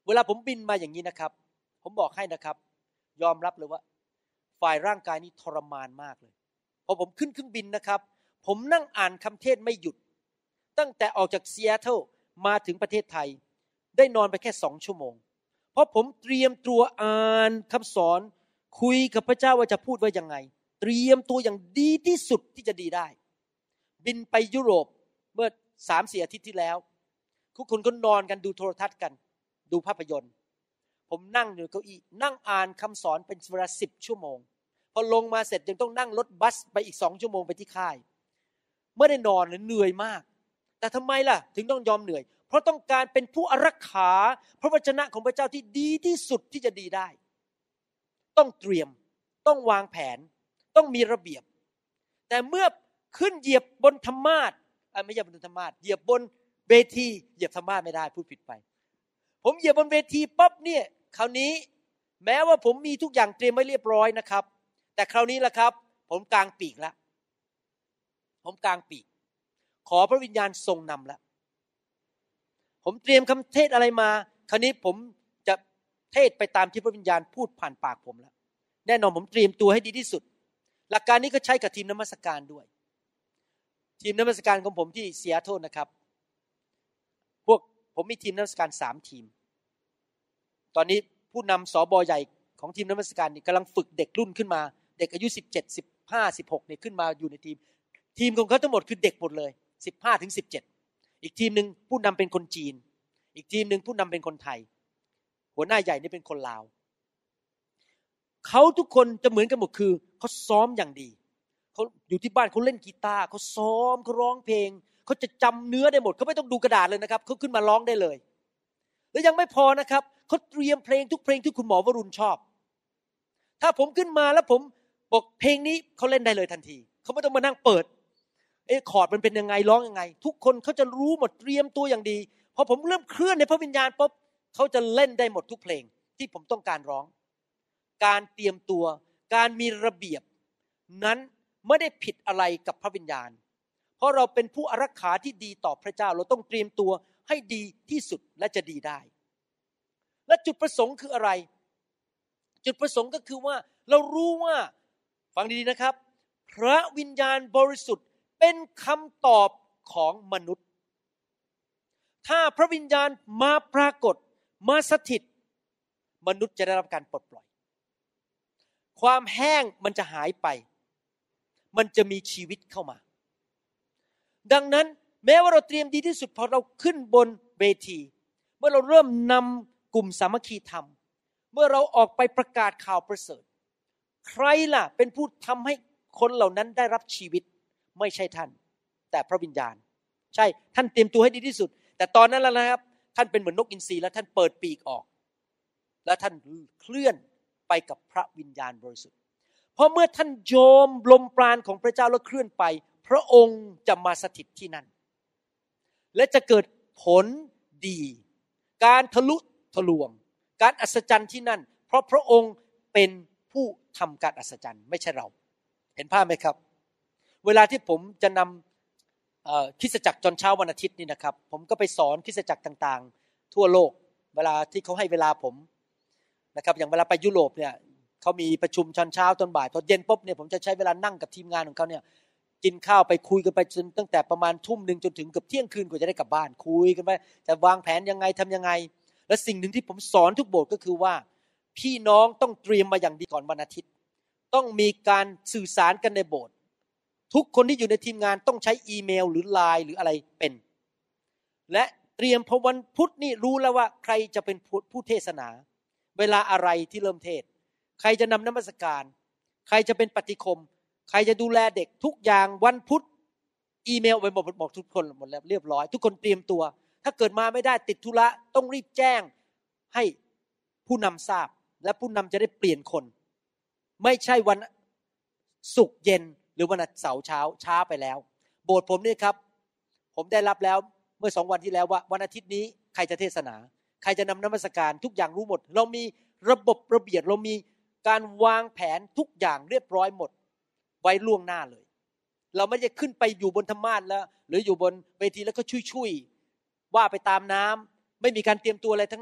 Speaker 2: เวลาผมบินมาอย่างนี้นะครับผมบอกให้นะครับยอมรับเลยว่าฝ่ายร่างกายนี้ทรมานมากเลยพอผมขึ้นเครื่องบินนะครับผมนั่งอ่านคำเทศไม่หยุดตั้งแต่ออกจากซีแอตเทิลมาถึงประเทศไทยได้นอนไปแค่สองชั่วโมงเพราะผมเตรียมตัวอ่านคำสอนคุยกับพระเจ้าว่าจะพูดว่ายังไงเตรียมตัวอย่างดีที่สุดที่จะดีได้บินไปยุโรปเมื่อ สามถึงสี่ อาทิตย์ที่แล้วทุกคนก็นอนกันดูโทรทัศน์กันดูภาพยนตร์ผมนั่งอยู่เก้าอี้นั่งอ่านคำสอนเป็นเวลาสิบชั่วโมงพอลงมาเสร็จยังต้องนั่งรถบัสไปอีกสองชั่วโมงไปที่ค่ายไม่ได้นอนเลยเหนื่อยมากแต่ทำไมล่ะถึงต้องยอมเหนื่อยเพราะต้องการเป็นผู้อารักขาพระวจนะของพระเจ้าที่ดีที่สุดที่จะดีได้ต้องเตรียมต้องวางแผนต้องมีระเบียบแต่เมื่อขึ้นเหยียบบนธรรมาสอ่ะไม่ใช่บนธรรมาสเหยียบบนเวทีเหยียบธรรมาสไม่ได้พูดผิดไปผมเหยียบบนเวทีปั๊บเนี่ยคราวนี้แม้ว่าผมมีทุกอย่างเตรียมไว้เรียบร้อยนะครับแต่คราวนี้ล่ะครับผมกางปีกแล้วผมกางปีกขอพระวิญญาณทรงนำแล้วผมเตรียมคำเทศอะไรมาคราวนี้ผมจะเทศไปตามที่พระวิญญาณพูดผ่านปากผมแล้วแน่นอนผมเตรียมตัวให้ดีที่สุดหลักการนี้ก็ใช้กับทีมนมัสการด้วยทีมนมัสการของผมที่ซีแอตเทิลนะครับพวกผมมีทีมนมัสการสามทีมตอนนี้ผู้นำสบใหญ่ของทีมนมัสการนี่กำลังฝึกเด็กรุ่นขึ้นมาเด็กอายุสิบเจ็ด สิบห้า สิบหกเนี่ยขึ้นมาอยู่ในทีมทีมของเขาทั้งหมดคือเด็กหมดเลยสิบห้าถึงสิบเจ็ดอีกทีมนึงผู้นำเป็นคนจีนอีกทีมนึงผู้นำเป็นคนไทยหัวหน้าใหญ่นี่เป็นคนลาวเขาทุกคนจะเหมือนกันหมดคือเขาซ้อมอย่างดีเขาอยู่ที่บ้านเขาเล่นกีตาร์เขาซ้อมเขาร้องเพลงเขาจะจำเนื้อได้หมดเขาไม่ต้องดูกระดาษเลยนะครับเขาขึ้นมาร้องได้เลยแล้วยังไม่พอนะครับเขาเตรียมเพลงทุกเพลงที่คุณหมอวรุณชอบถ้าผมขึ้นมาแล้วผมบอกเพลงนี้เขาเล่นได้เลยทันทีเขาไม่ต้องมานั่งเปิดเอ๊ะคอร์ดมันเป็นยังไงร้องยังไงทุกคนเขาจะรู้หมดเตรียมตัวอย่างดีพอผมเริ่มเคลื่อนในพระวิญญาณปุ๊บเขาจะเล่นได้หมดทุกเพลงที่ผมต้องการร้องการเตรียมตัวการมีระเบียบนั้นไม่ได้ผิดอะไรกับพระวิญญาณเพราะเราเป็นผู้อารักขาที่ดีต่อพระเจ้าเราต้องเตรียมตัวให้ดีที่สุดและจะดีได้และจุดประสงค์คืออะไรจุดประสงค์ก็คือว่าเรารู้ว่าฟังดีๆนะครับพระวิญญาณบริสุทธิ์เป็นคำตอบของมนุษย์ถ้าพระวิญญาณมาปรากฏมาสถิตมนุษย์จะได้รับการปลดปล่อยความแห้งมันจะหายไปมันจะมีชีวิตเข้ามาดังนั้นแม้ว่าเราเตรียมดีที่สุดพอเราขึ้นบนเวทีเมื่อเราเริ่มนำกลุ่มสามัคคีธรรมเมื่อเราออกไปประกาศข่าวประเสริฐใครล่ะเป็นผู้ทำให้คนเหล่านั้นได้รับชีวิตไม่ใช่ท่านแต่พระวิญญาณใช่ท่านเตรียมตัวให้ดีที่สุดแต่ตอนนั้นแล้วนะครับท่านเป็นเหมือนนกอินทรีแล้วท่านเปิดปีกออกแล้วท่านเคลื่อนไปกับพระวิญญาณบริสุทธิ์เพราะเมื่อท่านโยมลมปราณของพระเจ้าแล้วเคลื่อนไปพระองค์จะมาสถิตที่นั่นและจะเกิดผลดีการทะลุทะลวงการอัศจรรย์ที่นั่นเพราะพระองค์เป็นผู้ทำการอัศจรรย์ไม่ใช่เราเห็นภาพไหมครับเวลาที่ผมจะนำคริสตจักรตอนเช้าวันอาทิตย์นี่นะครับผมก็ไปสอนคริสตจักรต่างๆทั่วโลกเวลาที่เขาให้เวลาผมนะครับอย่างเวลาไปยุโรปเนี่ยเขามีประชุมตอนเช้าตอนบ่ายพอเย็นปุ๊บเนี่ยผมจะใช้เวลานั่งกับทีมงานของเขาเนี่ยกินข้าวไปคุยกันไปจนตั้งแต่ประมาณทุ่มนึงจนถึงเกือบเที่ยงคืนกว่าจะได้กลับบ้านคุยกันไปจะวางแผนยังไงทำยังไงและสิ่งหนึ่งที่ผมสอนทุกโบสถ์ก็คือว่าพี่น้องต้องเตรียมมาอย่างดีก่อนวันอาทิตย์ต้องมีการสื่อสารกันในโบสถ์ทุกคนที่อยู่ในทีมงานต้องใช้อีเมลหรือไลน์หรืออะไรเป็นและเตรียมพอวันพุธนี่รู้แล้วว่าใครจะเป็นผู้เทศนาเวลาอะไรที่เริ่มเทศใครจะนำนมัสการใครจะเป็นปฏิคมใครจะดูแลเด็กทุกอย่างวันพุธอีเมลไปบอกบอกทุกคนหมดแล้วเรียบร้อยทุกคนเตรียมตัวถ้าเกิดมาไม่ได้ติดธุระต้องรีบแจ้งให้ผู้นำทราบและผู้นำจะได้เปลี่ยนคนไม่ใช่วันศุกร์เย็นหรือวันเสาร์เช้าช้าไปแล้วโบสถ์ผมนี่ครับผมได้รับแล้วเมื่อสองวันที่แล้วว่าวันอาทิตย์นี้ใครจะเทศนาใครจะนำนมัสการทุกอย่างรู้หมดเรามีระบบระเบียบเรามีการวางแผนทุกอย่างเรียบร้อยหมดไว้ล่วงหน้าเลยเราไม่ได้ขึ้นไปอยู่บนธรรมาสน์แล้วหรืออยู่บนเวทีแล้วก็ชุยๆว่าไปตามน้ำไม่มีการเตรียมตัวอะไรทั้งนั้น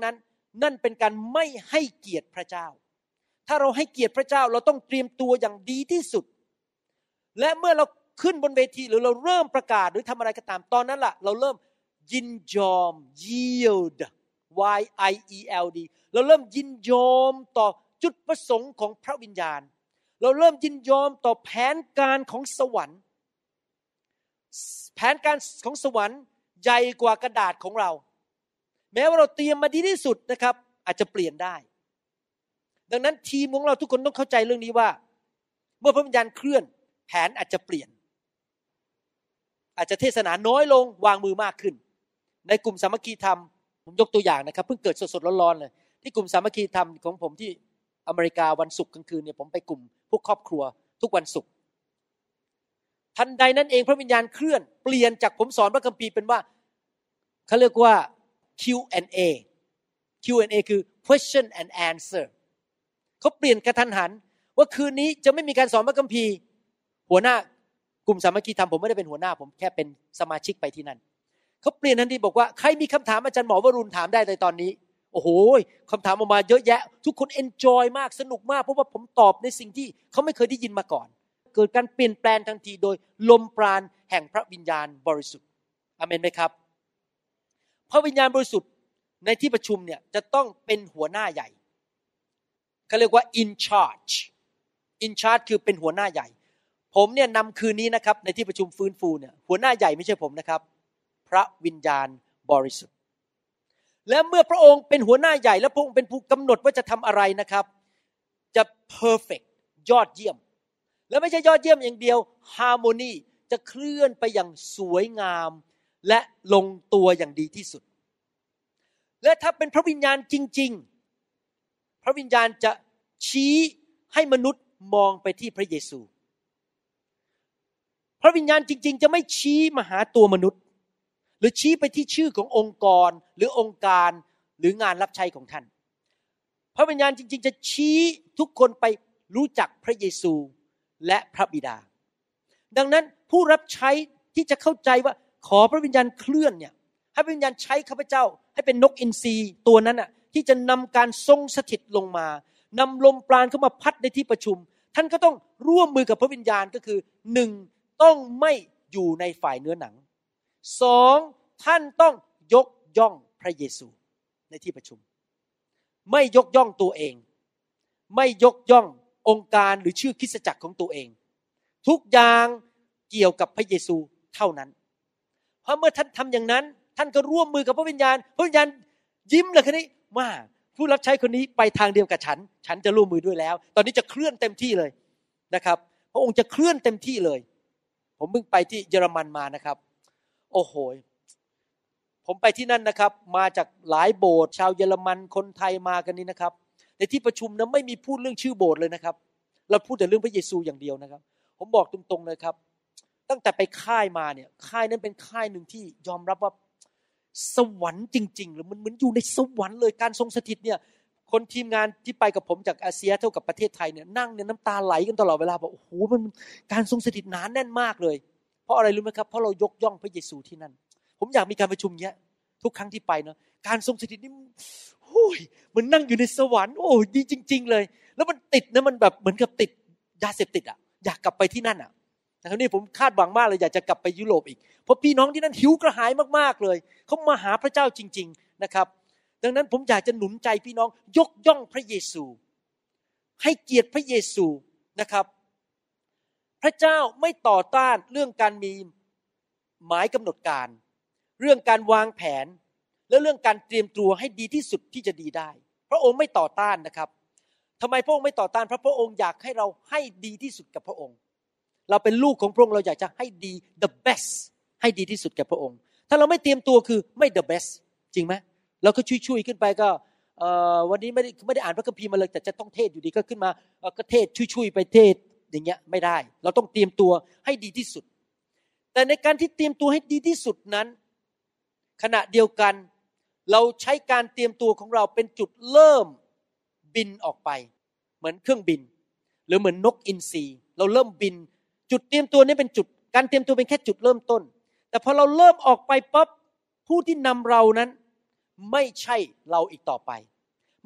Speaker 2: นั่นเป็นการไม่ให้เกียรติพระเจ้าถ้าเราให้เกียรติพระเจ้าเราต้องเตรียมตัวอย่างดีที่สุดและเมื่อเราขึ้นบนเวทีหรือเราเริ่มประกาศหรือทำอะไรก็ตามตอนนั้นล่ะเราเริ่มยินยอม yield y i e l d เราเริ่มยินยอมต่อจุดประสงค์ของพระวิญญาณเราเริ่มยินยอมต่อแผนการของสวรรค์แผนการของสวรรค์ใหญ่กว่ากระดาษของเราแม้ว่าเราเตรียมมาดีที่สุดนะครับอาจจะเปลี่ยนได้ดังนั้นทีมของเราทุกคนต้องเข้าใจเรื่องนี้ว่าเมื่อพระวิญญาณเคลื่อนแผนอาจจะเปลี่ยนอาจจะเทศนาน้อยลงวางมือมากขึ้นในกลุ่มสามัคคีธรรมผมยกตัวอย่างนะครับเพิ่งเกิดสดๆร้อนๆเลยที่กลุ่มสามัคคีธรรมของผมที่อเมริกาวันศุกร์กลางคืนเนี่ยผมไปกลุ่มพวกครอบครัวทุกวันศุกร์ทันใดนั้นเองพระวิญญาณเคลื่อนเปลี่ยนจากผมสอนพระคัมภีร์เป็นว่าเขาเรียกว่า คิว แอนด์ เอ คิว แอนด์ เอ คือ question and answer เขาเปลี่ยนกระทันหันว่าคืนนี้จะไม่มีการสอนพระคัมภีร์หัวหน้ากลุ่มสามัคคีธรรมผมไม่ได้เป็นหัวหน้าผมแค่เป็นสมาชิกไปที่นั่นเขาเปลี่ยนทันทีบอกว่าใครมีคำถามอาจารย์หมอวรุณถามได้เลยตอนนี้โอ้โหคำถามออกมาเยอะแยะทุกคนเอนจอยมากสนุกมากเพราะว่าผมตอบในสิ่งที่เขาไม่เคยได้ยินมาก่อนเกิดการเปลี่ยนแปลงทันทีโดยลมปราณแห่งพระวิญญาณบริสุทธิ์อาเมนไหมครับพระวิญญาณบริสุทธิ์ในที่ประชุมเนี่ยจะต้องเป็นหัวหน้าใหญ่เขาเรียกว่า in charge in charge คือเป็นหัวหน้าใหญ่ผมเนี่ยนำคืนนี้นะครับในที่ประชุมฟื้นฟูเนี่ยหัวหน้าใหญ่ไม่ใช่ผมนะครับพระวิญญาณบริสุทธิ์และเมื่อพระองค์เป็นหัวหน้าใหญ่และพระองค์เป็นผู้กำหนดว่าจะทำอะไรนะครับจะ perfect ยอดเยี่ยมและไม่ใช่ยอดเยี่ยมอย่างเดียว harmony จะเคลื่อนไปอย่างสวยงามและลงตัวอย่างดีที่สุดและถ้าเป็นพระวิญญาณจริงๆพระวิญญาณจะชี้ให้มนุษย์มองไปที่พระเยซูพระวิญญาณจริงๆจะไม่ชี้มาหาตัวมนุษย์หรือชี้ไปที่ชื่อขององค์กรหรือองค์การหรืองานรับใช้ของท่านพระวิญญาณจริงๆจะชี้ทุกคนไปรู้จักพระเยซูและพระบิดาดังนั้นผู้รับใช้ที่จะเข้าใจว่าขอพระวิญญาณเคลื่อนเนี่ยให้พระวิญญาณใช้ข้าพเจ้าให้เป็นนกอินทรีตัวนั้นน่ะที่จะนำการทรงสถิตลงมานำลมปราณเข้ามาพัดในที่ประชุมท่านก็ต้องร่วมมือกับพระวิญญาณก็คือหนึ่งต้องไม่อยู่ในฝ่ายเนื้อหนังสองท่านต้องยกย่องพระเยซูในที่ประชุมไม่ยกย่องตัวเองไม่ยกย่ององค์การหรือชื่อคริสตจักรของตัวเองทุกอย่างเกี่ยวกับพระเยซูเท่านั้นเพราะเมื่อท่านทำอย่างนั้นท่านก็ร่วมมือกับพระวิญญาณพระวิญญาณยิ้มเลยคนนี้มาผู้รับใช้คนนี้ไปทางเดียวกับฉันฉันจะร่วมมือด้วยแล้วตอนนี้จะเคลื่อนเต็มที่เลยนะครับพระองค์จะเคลื่อนเต็มที่เลยผมเพิ่งไปที่เยอรมันมานะครับโอ้โหผมไปที่นั่นนะครับมาจากหลายโบสถ์ชาวเยอรมันคนไทยมากันนี่นะครับในที่ประชุมนะไม่มีพูดเรื่องชื่อโบสถ์เลยนะครับเราพูดแต่เรื่องพระเยซูอย่างเดียวนะครับผมบอกตรงๆเลยครับตั้งแต่ไปค่ายมาเนี่ยค่ายนั้นเป็นค่ายหนึ่งที่ยอมรับว่าสวรรค์จริงๆหรือมันเหมือนอยู่ในสวรรค์เลยการทรงสถิตเนี่ยคนทีมงานที่ไปกับผมจากอาเซียเท่ากับประเทศไทยเนี่ยนั่งเนี่ยน้ำตาไหลกันตลอดเวลาบอกโอ้โหมันการทรงสถิตหนาแน่นมากเลยเพราะอะไรรู้ไหมครับเพราะเรายกย่องพระเยซูที่นั่นผมอยากมีการประชุมเนี้ยทุกครั้งที่ไปเนาะการทรงสถิตนี่โอ้ยมันนั่งอยู่ในสวรรค์โอ้ยดีจริงๆเลยแล้วมันติดนะมันแบบเหมือนกับติดยาเสพติดอ่ะอยากกลับไปที่นั่นอ่ะนะครับนี่ผมคาดหวังมากเลยอยากจะกลับไปยุโรปอีกเพราะพี่น้องที่นั่นหิวกระหายมากๆเลยเขามาหาพระเจ้าจริงๆนะครับดังนั้นผมอยากจะหนุนใจพี่น้องยกย่องพระเยซูให้เกียรติพระเยซูนะครับพระเจ้าไม่ต่อต้านเรื่องการมีหมายกำหนดการเรื่องการวางแผนและเรื่องการเตรียมตัวให้ดีที่สุดที่จะดีได้พระองค์ไม่ต่อต้านนะครับทำไมพระองค์ไม่ต่อต้านเพราะพระองค์อยากให้เราให้ดีที่สุดกับพระองค์เราเป็นลูกของพระองค์เราอยากจะให้ดี the best ให้ดีที่สุดกับพระองค์ถ้าเราไม่เตรียมตัวคือไม่ the best จริงไหมเราก็ชุยๆขึ้นไปก็วันนี้ไม่ได้ไม่ได้อ่านพระคัมภีร์มาเลยแต่จะต้องเทศอยู่ดีก็ขึ้นมาก็เทศชุยๆไปเทศอย่างเงี้ยไม่ได้เราต้องเตรียมตัวให้ดีที่สุดแต่ในการที่เตรียมตัวให้ดีที่สุดนั้นขณะเดียวกันเราใช้การเตรียมตัวของเราเป็นจุดเริ่มบินออกไปเหมือนเครื่องบินหรือเหมือนนกอินทรีเราเริ่มบินจุดเตรียมตัวนี้เป็นจุดการเตรียมตัวเป็นแค่จุดเริ่มต้นแต่พอเราเริ่มออกไปปั๊บผู้ที่นำเรานั้นไม่ใช่เราอีกต่อไป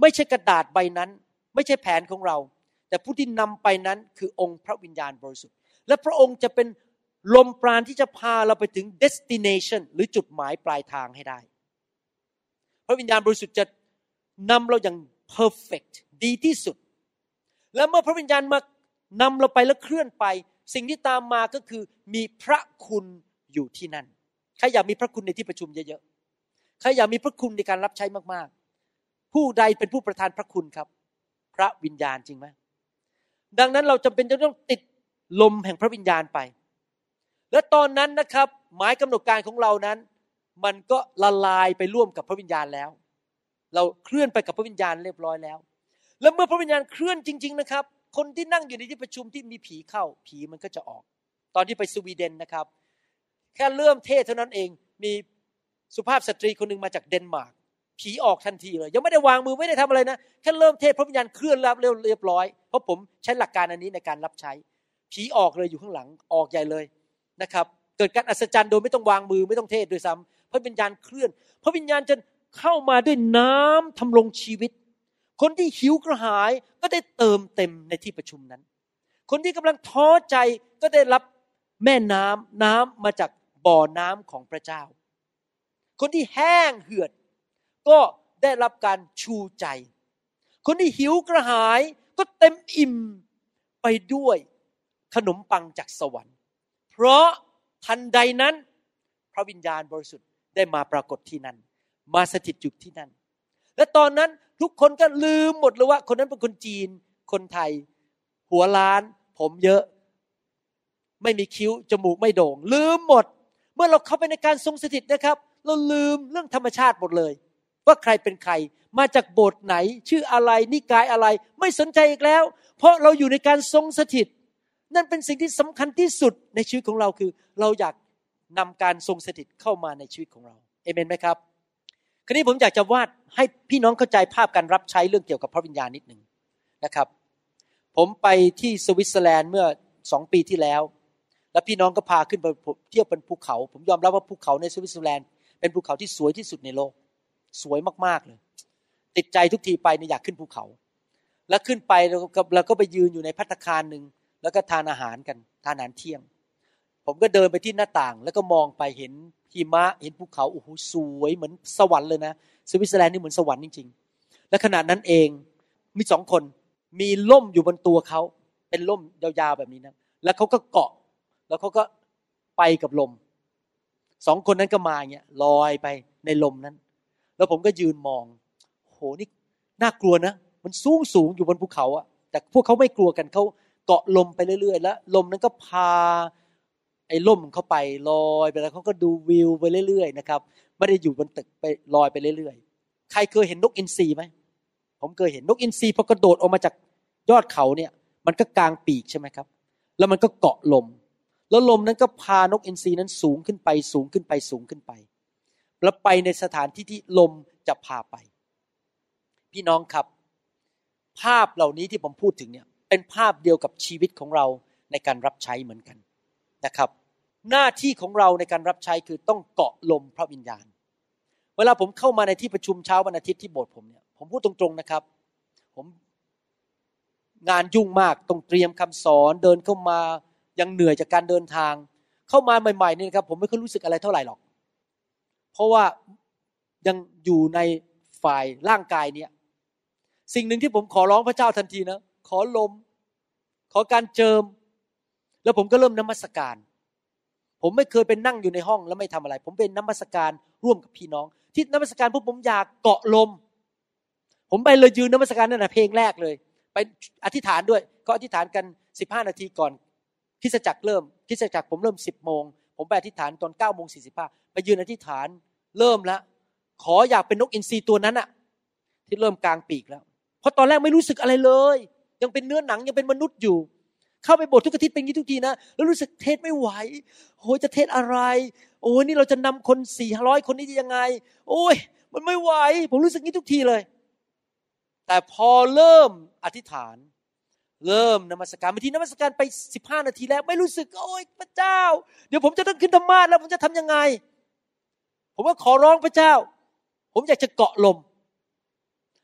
Speaker 2: ไม่ใช่กระดาษใบนั้นไม่ใช่แผนของเราแต่ผู้ที่นำไปนั้นคือองค์พระวิญญาณบริสุทธิ์และพระองค์จะเป็นลมปราณที่จะพาเราไปถึง destination หรือจุดหมายปลายทางให้ได้พระวิญญาณบริสุทธิ์จะนำเราอย่าง perfect ดีที่สุดและเมื่อพระวิญญาณมานำเราไปและเคลื่อนไปสิ่งที่ตามมาก็คือมีพระคุณอยู่ที่นั่นใครอยากมีพระคุณในที่ประชุมเยอะๆใครอยากมีพระคุณในการรับใช้มากๆผู้ใดเป็นผู้ประทานพระคุณครับพระวิญญาณจริงไหมดังนั้นเราจำเป็นจะต้องติดลมแห่งพระวิญญาณไปและตอนนั้นนะครับหมายกำหนดการของเรานั้นมันก็ละลายไปร่วมกับพระวิญญาณแล้วเราเคลื่อนไปกับพระวิญญาณเรียบร้อยแล้วแล้วเมื่อพระวิญญาณเคลื่อนจริงๆนะครับคนที่นั่งอยู่ในที่ประชุมที่มีผีเข้าผีมันก็จะออกตอนที่ไปสวีเดนนะครับแค่เริ่มเทศเท่านั้นเองมีสุภาพสตรีคนนึงมาจากเดนมาร์กผีออกทันทีเลยยังไม่ได้วางมือไม่ได้ทำอะไรนะแค่เริ่มเทศพระวิญญาณเคลื่อนรับเรียบร้อยเพราะผมใช้หลักการอันนี้ในการรับใช้ผีออกเลยอยู่ข้างหลังออกใหญ่เลยนะครับเกิดการอัศจรรย์โดยไม่ต้องวางมือไม่ต้องเทศด้วยซ้ำพระวิญญาณเคลื่อนพระวิญญาณจะเข้ามาด้วยน้ำทำลงชีวิตคนที่หิวกระหายก็ได้เติมเต็มในที่ประชุมนั้นคนที่กำลังท้อใจก็ได้รับแม่น้ำน้ำมาจากบ่อน้ำของพระเจ้าคนที่แห้งเหือดก็ได้รับการชูใจคนที่หิวกระหายก็เต็มอิ่มไปด้วยขนมปังจากสวรรค์เพราะทันใดนั้นพระวิญญาณบริสุทธิ์ได้มาปรากฏที่นั่นมาสถิตอยู่ที่นั่นและตอนนั้นทุกคนก็ลืมหมดเลยว่าคนนั้นเป็นคนจีนคนไทยหัวล้านผมเยอะไม่มีคิ้วจมูกไม่โด่งลืมหมดเมื่อเราเข้าไปในการทรงสถิตนะครับเราลืมเรื่องธรรมชาติหมดเลยว่าใครเป็นใครมาจากโบสถ์ไหนชื่ออะไรนิกายอะไรไม่สนใจอีกแล้วเพราะเราอยู่ในการทรงสถิตนั่นเป็นสิ่งที่สำคัญที่สุดในชีวิตของเราคือเราอยากนำการทรงสถิตเข้ามาในชีวิตของเราเอเมนไหมครับคราวนี้ผมอยากจะวาดให้พี่น้องเข้าใจภาพการรับใช้เรื่องเกี่ยวกับพระวิญญาณนิดนึงนะครับผมไปที่สวิตเซอร์แลนด์เมื่อสองปีที่แล้วแล้วพี่น้องก็พาขึ้นไปเที่ยวบนภูเขาผมยอมรับว่าภูเขาในสวิตเซอร์แลนด์เป็นภูเขาที่สวยที่สุดในโลกสวยมากๆเลยติดใจทุกทีไปเนี่ยอยากขึ้นภูเขาแล้วขึ้นไปเราก็เราก็ไปยืนอยู่ในภัตตาคารนึงแล้วก็ทานอาหารกันทานอาหารเที่ยงผมก็เดินไปที่หน้าต่างแล้วก็มองไปเห็นหิมะเห็นภูเขาโอ้โหสวยเหมือนสวรรค์เลยนะสวิตเซอร์แลนด์นี่เหมือนสวรรค์จริงๆและขณะนั้นเองมีสองคนมีล่มอยู่บนตัวเขาเป็นล่มยาวๆแบบนี้นะแล้วเขาก็เกาะแล้วเขาก็ไปกับลมสองคนนั้นก็มาอย่างเงี้ยลอยไปในลมนั้นแล้วผมก็ยืนมองโหนี่น่ากลัวนะมันสูงสูงอยู่บนภูเขาอะแต่พวกเขาไม่กลัวกันเขาเกาะลมไปเรื่อยๆแล้วลมนั้นก็พาไอ้ล่มเข้าไปลอยไปแล้วเขาก็ดูวิวไปเรื่อยๆนะครับไม่ได้อยู่บนตึกไปลอยไปเรื่อยๆใครเคยเห็นนกอินทรีไหมผมเคยเห็นนกอินทรีพอกระโดดออกมาจากยอดเขาเนี่ยมันก็กางปีกใช่ไหมครับแล้วมันก็เกาะลมแล้วลมนั้นก็พานกอินทรีนั้นสูงขึ้นไปสูงขึ้นไปสูงขึ้นไปแล้วไปในสถานที่ที่ลมจะพาไปพี่น้องครับภาพเหล่านี้ที่ผมพูดถึงเนี่ยเป็นภาพเดียวกับชีวิตของเราในการรับใช้เหมือนกันนะครับหน้าที่ของเราในการรับใช้คือต้องเกาะลมพระวิญญาณเวลาผมเข้ามาในที่ประชุมเช้าวันอาทิตย์ที่โบสถ์ผมเนี่ยผมพูดตรงๆนะครับผมงานยุ่งมากต้องเตรียมคำสอนเดินเข้ามายังเหนื่อยจากการเดินทางเข้ามาใหม่ๆนี่นะครับผมไม่ค่อยรู้สึกอะไรเท่าไหร่หรอกเพราะว่ายังอยู่ในฝ่ายร่างกายเนี่ยสิ่งหนึ่งที่ผมขอร้องพระเจ้าทันทีนะขอลมขอการเจิมแล้วผมก็เริ่มนมัสการผมไม่เคยเป็นนั่งอยู่ในห้องแล้วไม่ทำอะไรผมเป็นนมัสการร่วมกับพี่น้องที่นมัสการพวกผมอยากเกาะลมผมไปเลยยืนนมัสการนั่นน่ะเพลงแรกเลยไปอธิษฐานด้วยก็อธิษฐานกันสิบห้านาทีก่อนคริสตจักรเริ่มคริสตจักรผมเริ่มสิบโมงผมไปอธิษฐานตอนเก้าโมงสี่สิบห้าไปยืนอธิษฐานเริ่มแล้วขออยากเป็นนกอินทรีตัวนั้นน่ะที่เริ่มกางปีกแล้วเพราะตอนแรกไม่รู้สึกอะไรเลยยังเป็นเนื้อหนังยังเป็นมนุษย์อยู่เข้าไปโบสถ์ทุกอาทิตย์เป็นอย่างนี้ทุกทีนะแล้วรู้สึกเทศไม่ไหวโอ้ยจะเทศอะไรโอ้ยนี่เราจะนำคนสี่ร้อยคนนี้ยังไงโอ้ยมันไม่ไหวผมรู้สึกนี้ทุกทีเลยแต่พอเริ่มอธิษฐานเริ่มนมัสการบางทีนมัสการไปสิบห้านาทีแล้วไม่รู้สึกโอ้ยพระเจ้าเดี๋ยวผมจะต้องขึ้นธรรมาสน์แล้วผมจะทำยังไงผมก็ขอร้องพระเจ้าผมอยากจะเกาะลม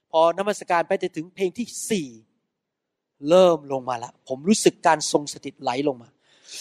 Speaker 2: พอนมัสการไปถึงเพลงที่สี่เริ่มลงมาแล้วผมรู้สึกการทรงสถิตไหลลงมา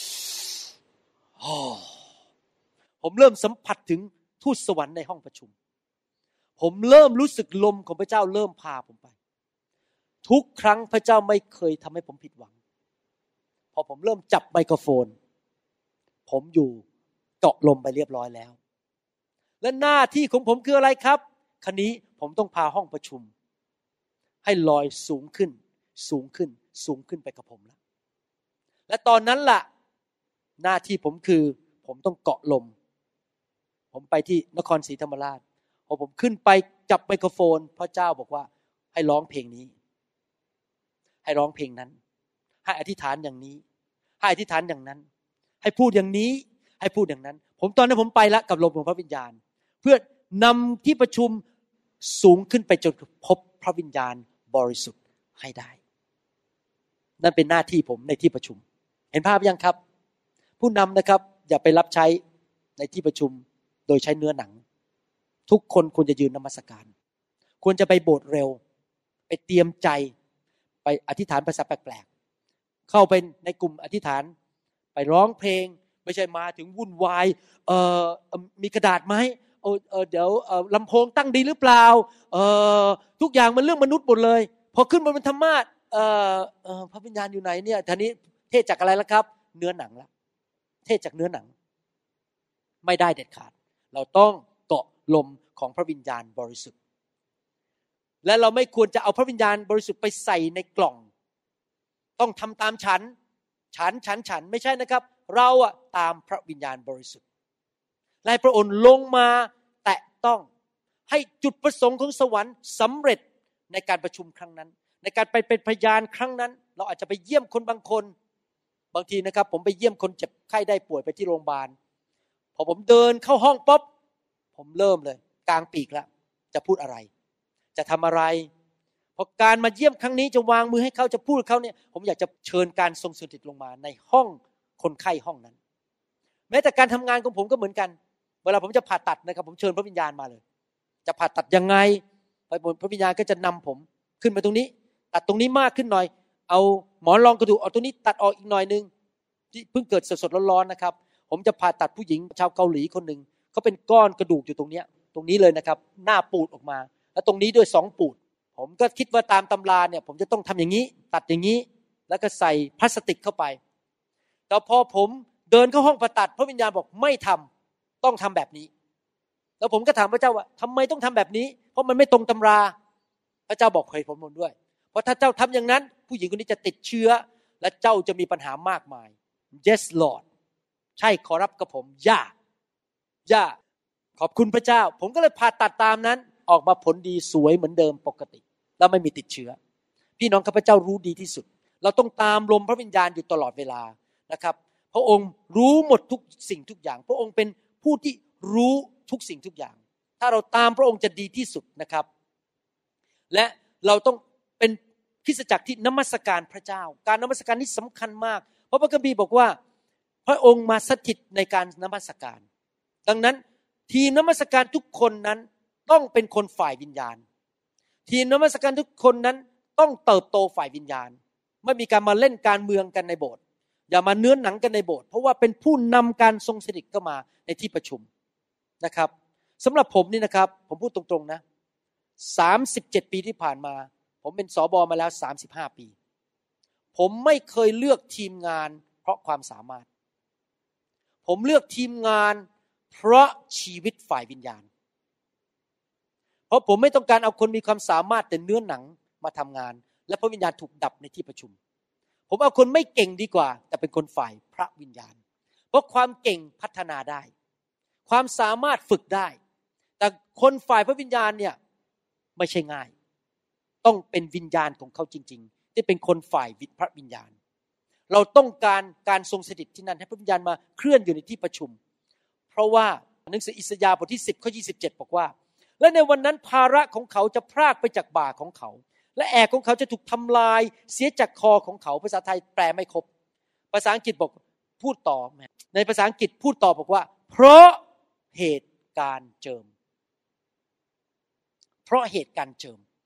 Speaker 2: ผมเริ่มสัมผัสถึงทูตสวรรค์ในห้องประชุมผมเริ่มรู้สึกลมของพระเจ้าเริ่มพาผมไปทุกครั้งพระเจ้าไม่เคยทำให้ผมผิดหวังพอผมเริ่มจับไมโครโฟนผมอยู่เกาะลมไปเรียบร้อยแล้วและหน้าที่ของผมคืออะไรครับคราวนี้ผมต้องพาห้องประชุมให้ลอยสูงขึ้นสูงขึ้นสูงขึ้นไปกับผมแล้วและตอนนั้นล่ะหน้าที่ผมคือผมต้องเกาะลมผมไปที่นครศรีธรรมราชพอผมขึ้นไปจับไมโครโฟนพระเจ้าบอกว่าให้ร้องเพลงนี้ให้ร้องเพลงนั้นให้อธิษฐานอย่างนี้ให้อธิษฐานอย่างนั้นให้พูดอย่างนี้ให้พูดอย่างนั้นผมตอนนั้นผมไปแล้วกับลมของพระวิญญาณเพื่อนำที่ประชุมสูงขึ้นไปจนพบพระวิญญาณบริสุทธิ์ให้ได้นั่นเป็นหน้าที่ผมในที่ประชุมเห็นภาพยังครับผู้นำนะครับอย่าไปรับใช้ในที่ประชุมโดยใช้เนื้อหนังทุกคนควรจะยืนนมัสการควรจะไปโบสถ์เร็วไปเตรียมใจไปอธิษฐานภาษาแปลกๆเข้าไปในกลุ่มอธิษฐานไปร้องเพลงไม่ใช่มาถึงวุ่นวายเอ่อมีกระดาษไหมเออเออเดี๋ยวเอ่อลำโพงตั้งดีหรือเปล่าเอ่อทุกอย่างมันเรื่องมนุษย์หมดเลยพอขึ้นบนธรรมาสน์เอ่อเอ่อพระวิญญาณอยู่ไหนเนี่ยทีนี้เทศจากอะไรล่ะครับเนื้อหนังละเทศจากเนื้อหนังไม่ได้เด็ดขาดเราต้องเกาะลมของพระวิญญาณบริสุทธิ์และเราไม่ควรจะเอาพระวิญญาณบริสุทธิ์ไปใส่ในกล่องต้องทำตามฉันฉันฉันฉันไม่ใช่นะครับเราอะตามพระวิญญาณบริสุทธิ์และพระองค์ลงมาแตะต้องให้จุดประสงค์ของสวรรค์สำเร็จในการประชุมครั้งนั้นในการไปเป็นพยานครั้งนั้นเราอาจจะไปเยี่ยมคนบางคนบางทีนะครับผมไปเยี่ยมคนเจ็บไข้ได้ป่วยไปที่โรงพยาบาลพอผมเดินเข้าห้องป๊บผมเริ่มเลยกลางปีกแล้วจะพูดอะไรจะทำอะไรพอการมาเยี่ยมครั้งนี้จะวางมือให้เขาจะพูดกับเขาเนี่ยผมอยากจะเชิญการทรงสถิตลงมาในห้องคนไข้ห้องนั้นแม้แต่การทำงานของผมก็เหมือนกันเวลาผมจะผ่าตัดนะครับผมเชิญพระวิญญาณมาเลยจะผ่าตัดยังไงพระวิญญาณก็จะนำผมขึ้นมาตรงนี้ตัดตรงนี้มากขึ้นหน่อยเอาหมอนรองกระดูกเอาตรงนี้ตัดออกอีกหน่อยนึงที่เพิ่งเกิดสดๆร้อนๆนะครับผมจะผ่าตัดผู้หญิงชาวเกาหลีคนนึงเขาเป็นก้อนกระดูกอยู่ตรงเนี้ยตรงนี้เลยนะครับหน้าปูดออกมาแล้วตรงนี้ด้วยสองปูดผมก็คิดว่าตามตำราเนี่ยผมจะต้องทำอย่างนี้ตัดอย่างนี้แล้วก็ใส่พลาสติกเข้าไปแต่พอผมเดินเข้าห้องผ่าตัดพระวิญญาณบอกไม่ทำต้องทำแบบนี้แล้วผมก็ถามพระเจ้าว่าทำไมต้องทำแบบนี้เพราะมันไม่ตรงตำราพระเจ้าบอกให้ผมด้วยเพราะถ้าเจ้าทำอย่างนั้นผู้หญิงคนนี้จะติดเชื้อและเจ้าจะมีปัญหามากมาย Yes Lord ใช่ขอรับกับผมย่าย่าขอบคุณพระเจ้าผมก็เลยผ่าตัดตามนั้นออกมาผลดีสวยเหมือนเดิมปกติแล้วไม่มีติดเชื้อพี่น้องข้าพเจ้ารู้ดีที่สุดเราต้องตามลมพระวิญญาณอยู่ตลอดเวลานะครับพระองค์รู้หมดทุกสิ่งทุกอย่างพระองค์เป็นผู้ที่รู้ทุกสิ่งทุกอย่างถ้าเราตามพระองค์จะดีที่สุดนะครับและเราต้องเป็นคริสตจักรที่นมัสการพระเจ้าการนมัสการนี้สำคัญมากเพราะพระคัมภีร์บอกว่าพระองค์มาสถิตในการนมัสการดังนั้นทีมนมัสการทุกคนนั้นต้องเป็นคนฝ่ายวิญญาณทีมนมัสการทุกคนนั้นต้องเติบโตฝ่ายวิญญาณไม่มีการมาเล่นการเมืองกันในโบสถ์อย่ามาเนื้อหนังกันในโบสถ์เพราะว่าเป็นผู้นำการทรงสถิตเข้ามาในที่ประชุมนะครับสำหรับผมนี่นะครับผมพูดตรงๆนะสามสิบเจ็ดปีที่ผ่านมาผมเป็นสบมาแล้วสามสิบห้าปีผมไม่เคยเลือกทีมงานเพราะความสามารถผมเลือกทีมงานเพราะชีวิตฝ่ายวิญญาณเพราะผมไม่ต้องการเอาคนมีความสามารถแต่เนื้อหนังมาทำงานและพระวิญญาณถูกดับในที่ประชุมผมเอาคนไม่เก่งดีกว่าแต่เป็นคนฝ่ายพระวิญญาณเพราะความเก่งพัฒนาได้ความสามารถฝึกได้แต่คนฝ่ายพระวิญญาณเนี่ยไม่ใช่ง่ายต้องเป็นวิญญาณของเขาจริงๆที่เป็นคนฝ่ายพระวิญญาณเราต้องการการทรงสถิตที่นั่นให้พระวิญญาณมาเคลื่อนอยู่ในที่ประชุมเพราะว่าหนังสืออิสยาห์บทที่สิบข้อยี่สิบเจ็ดบอกว่าและในวันนั้นภาระของเขาจะพรากไปจากบ่าของเขาและแอกของเขาจะถูกทำลายเสียจากคอของเขาภาษาไทยแปลไม่ครบภาษาอังกฤษบอกพูดต่อในภาษาอังกฤษพูดต่อบอกว่าเพราะเหตุการณ์เจิมเพราะเหตุการณ์เจิม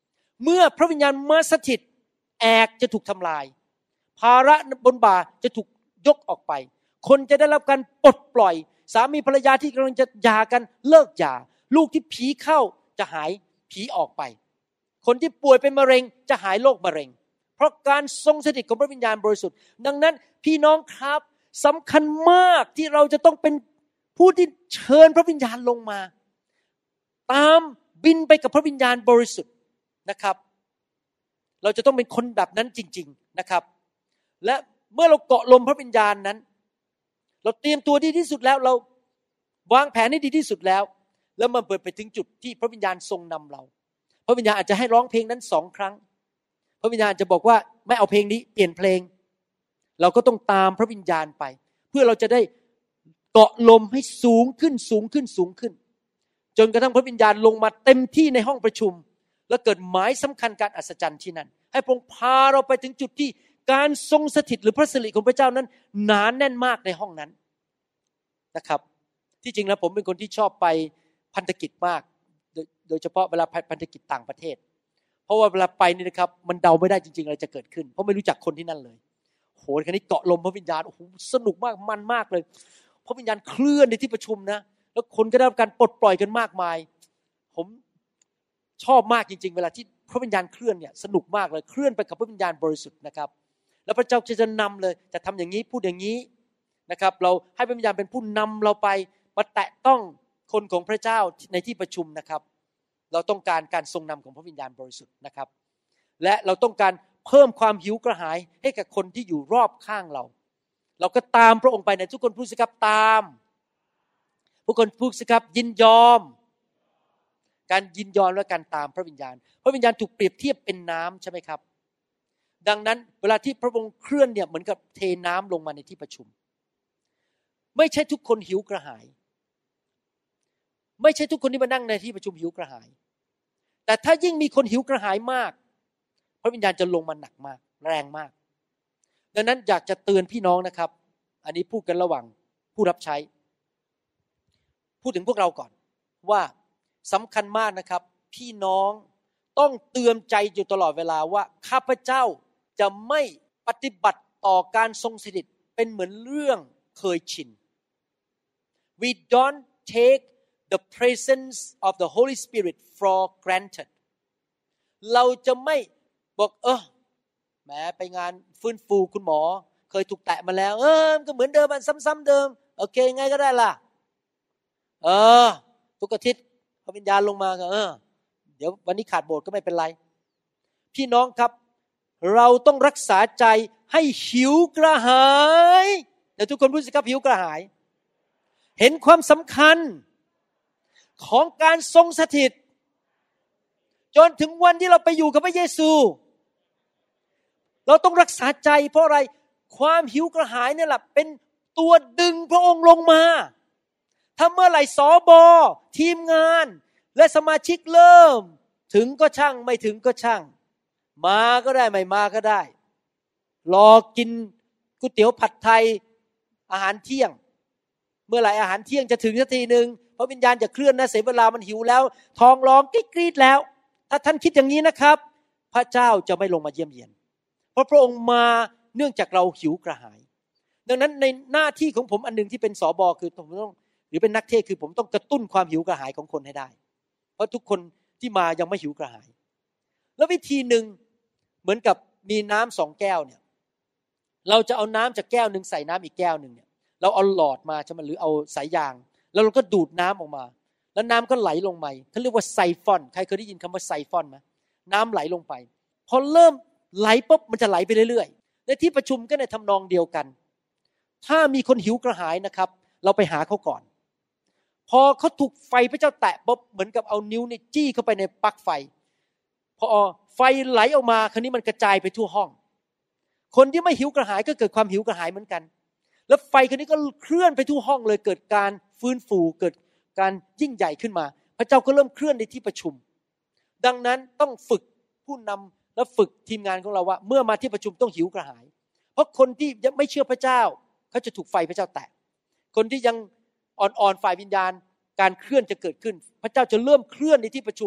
Speaker 2: เมื่อพระวิญญาณมาสถิตแอกจะถูกทำลายภาระบนบ่าจะถูกยกออกไปคนจะได้รับการปลดปล่อยสามีภรรยาที่กำลังจะหย่ากันเลิกหย่าลูกที่ผีเข้าจะหายผีออกไปคนที่ป่วยเป็นมะเร็งจะหายโรคมะเร็งเพราะการทรงสถิตของพระวิญญาณบริสุทธิ์ดังนั้นพี่น้องครับสำคัญมากที่เราจะต้องเป็นผู้ที่เชิญพระวิญญาณลงมาตามบินไปกับพระวิญญาณบริสุทธิ์นะครับเราจะต้องเป็นคนแบบนั้นจริงๆนะครับและเมื่อเราเกาะลมพระวิญญาณนั้นเราเตรียมตัวดีที่สุดแล้วเราวางแผนให้ดีที่สุดแล้วแล้วมันเปิดไปถึงจุดที่พระวิญญาณทรงนำเราพระวิญญาณอาจจะให้ร้องเพลงนั้นสองครั้งพระวิญญาณจะบอกว่าไม่เอาเพลงนี้เปลี่ยนเพลงเราก็ต้องตามพระวิญญาณไปเพื่อเราจะได้เกาะลมให้สูงขึ้นสูงขึ้นสูงขึ้นจนกระทั่งพระวิญญาณลงมาเต็มที่ในห้องประชุมแล้วเกิดหมายสำคัญการอัศจรรย์ที่นั่นให้พระองค์พาเราไปถึงจุดที่การทรงสถิตหรือพระสิริของพระเจ้านั้นหนาแน่นมากในห้องนั้นนะครับที่จริงแล้วผมเป็นคนที่ชอบไปพันธกิจมากโดยเฉพาะเวลาพันธกิจต่างประเทศเพราะว่าเวลาไปนี่นะครับมันเดาไม่ได้จริงๆอะไรจะเกิดขึ้นเพราะไม่รู้จักคนที่นั่นเลยโหคราวนี้เกาะลมพระวิญญาณโอ้โหสนุกมากมันมากเลยพระวิญญาณเคลื่อนในที่ประชุมนะแล้วคนก็ได้รับการปลดปล่อยกันมากมายผมชอบมากจริงๆเวลาที่พระวิญญาณเคลื่อนเนี่ยสนุกมากเลยเคลื่อนไปกับพระวิญญาณบริสุทธิ์นะครับแล้วพระเจ้าจะนำเลยจะทำอย่างนี้พูดอย่างนี้นะครับเราให้พระวิญญาณเป็นผู้นำเราไปมาแตะต้องคนของพระเจ้าในที่ประชุมนะครับเราต้องการการทรงนำของพระวิญญาณบริสุทธิ์นะครับและเราต้องการเพิ่มความหิวกระหายให้กับคนที่อยู่รอบข้างเราเราก็ตามพระองค์ไปในทุกคนพูดสิครับตามผู้คนพูดสิครับยินยอมการยินยอมและการตามพระวิญญาณพระวิญญาณถูกเปรียบเทียบเป็นน้ำใช่ไหมครับดังนั้นเวลาที่พระองค์เคลื่อนเนี่ยเหมือนกับเทน้ำลงมาในที่ประชุมไม่ใช่ทุกคนหิวกระหายไม่ใช่ทุกคนที่มานั่งในที่ประชุมหิวกระหายแต่ถ้ายิ่งมีคนหิวกระหายมากพระวิญญาณจะลงมาหนักมากแรงมากดังนั้นอยากจะเตือนพี่น้องนะครับอันนี้พูดกันระหว่างผู้รับใช้พูดถึงพวกเราก่อนว่าสำคัญมากนะครับพี่น้องต้องเตือนใจอยู่ตลอดเวลาว่าข้าพเจ้าจะไม่ปฏิบัติต่อการทรงสถิตเป็นเหมือนเรื่องเคยชิน We don't take the presence of the Holy Spirit for granted เราจะไม่บอกเออแหมไปงานฟื้นฟูคุณหมอเคยถูกแตะมาแล้วเออก็เหมือนเดิมมันซ้ำๆเดิมโอเคไงก็ได้ล่ะเออทุกอาทิตย์พระวิญญาณลงมาก็เออเดี๋ยววันนี้ขาดโบสถ์ก็ไม่เป็นไรพี่น้องครับเราต้องรักษาใจให้หิวกระหายเดี๋ยวทุกคนพูดสิครับหิวกระหายเห็นความสำคัญของการทรงสถิตจนถึงวันที่เราไปอยู่กับพระเยซูเราต้องรักษาใจเพราะอะไรความหิวกระหายนี่แหละเป็นตัวดึงพระองค์ลงมาถ้าเมื่อไหร่สบทีมงานและสมาชิกเริ่มถึงก็ช่างไม่ถึงก็ช่างมาก็ได้ไม่มาก็ได้รอกินก๋วยเตี๋ยวผัดไทยอาหารเที่ยงเมื่อไหร่อาหารเที่ยงจะถึงสักทีนึงพระวิญญาณจะเคลื่อนนะเสียเวลามันหิวแล้วท้องร้องกรี๊ดแล้วถ้าท่านคิดอย่างนี้นะครับพระเจ้าจะไม่ลงมาเยี่ยมเยียนเพราะพระองค์มาเนื่องจากเราหิวกระหายดังนั้นในหน้าที่ของผมอันนึงที่เป็นสบคือผมต้องหรือเป็นนักเทศคือผมต้องกระตุ้นความหิวกระหายของคนให้ได้เพราะทุกคนที่มายังไม่หิวกระหายแล้ววิธีหนึ่งเหมือนกับมีน้ำสองแก้วเนี่ยเราจะเอาน้ำจากแก้วนึงใส่น้ำอีกแก้วนึงเนี่ยเราเอาหลอดมาใช่ไหมหรือเอาสายยางแล้วเราก็ดูดน้ำออกมาแล้วน้ำก็ไหลลงไปเขาเรียกว่าไซฟอนใครเคยได้ยินคำว่าไซฟอนไหมน้ำไหลลงไปพอเริ่มไหลปุ๊บมันจะไหลไปเรื่อยๆในที่ประชุมก็ในทำนองเดียวกันถ้ามีคนหิวกระหายนะครับเราไปหาเขาก่อนพอเขาถูกไฟพระเจ้าแตะปุ๊บเหมือนกับเอานิ้วนี่จี้เข้าไปในปลั๊กไฟพอไฟไหลออกมาคราวนี้มันกระจายไปทั่วห้องคนที่ไม่หิวกระหายก็เกิดความหิวกระหายเหมือนกันแล้วไฟคราวนี้ก็เคลื่อนไปทั่วห้องเลยเกิดการฟื้นฟูเกิดการยิ่งใหญ่ขึ้นมาพระเจ้าก็เริ่มเคลื่อนในที่ประชุมดังนั้นต้องฝึกผู้นำและฝึกทีมงานของเราว่าเมื่อมาที่ประชุมต้องหิวกระหายเพราะคนที่ยังไม่เชื่อพระเจ้าเขาจะถูกไฟพระเจ้าแตะคนที่ยังอ่อนๆฝ่ายวิญญาณการเคลื่อนจะเกิดขึ้นพระเจ้าจะเริ่มเคลื่อนในที่ประชุม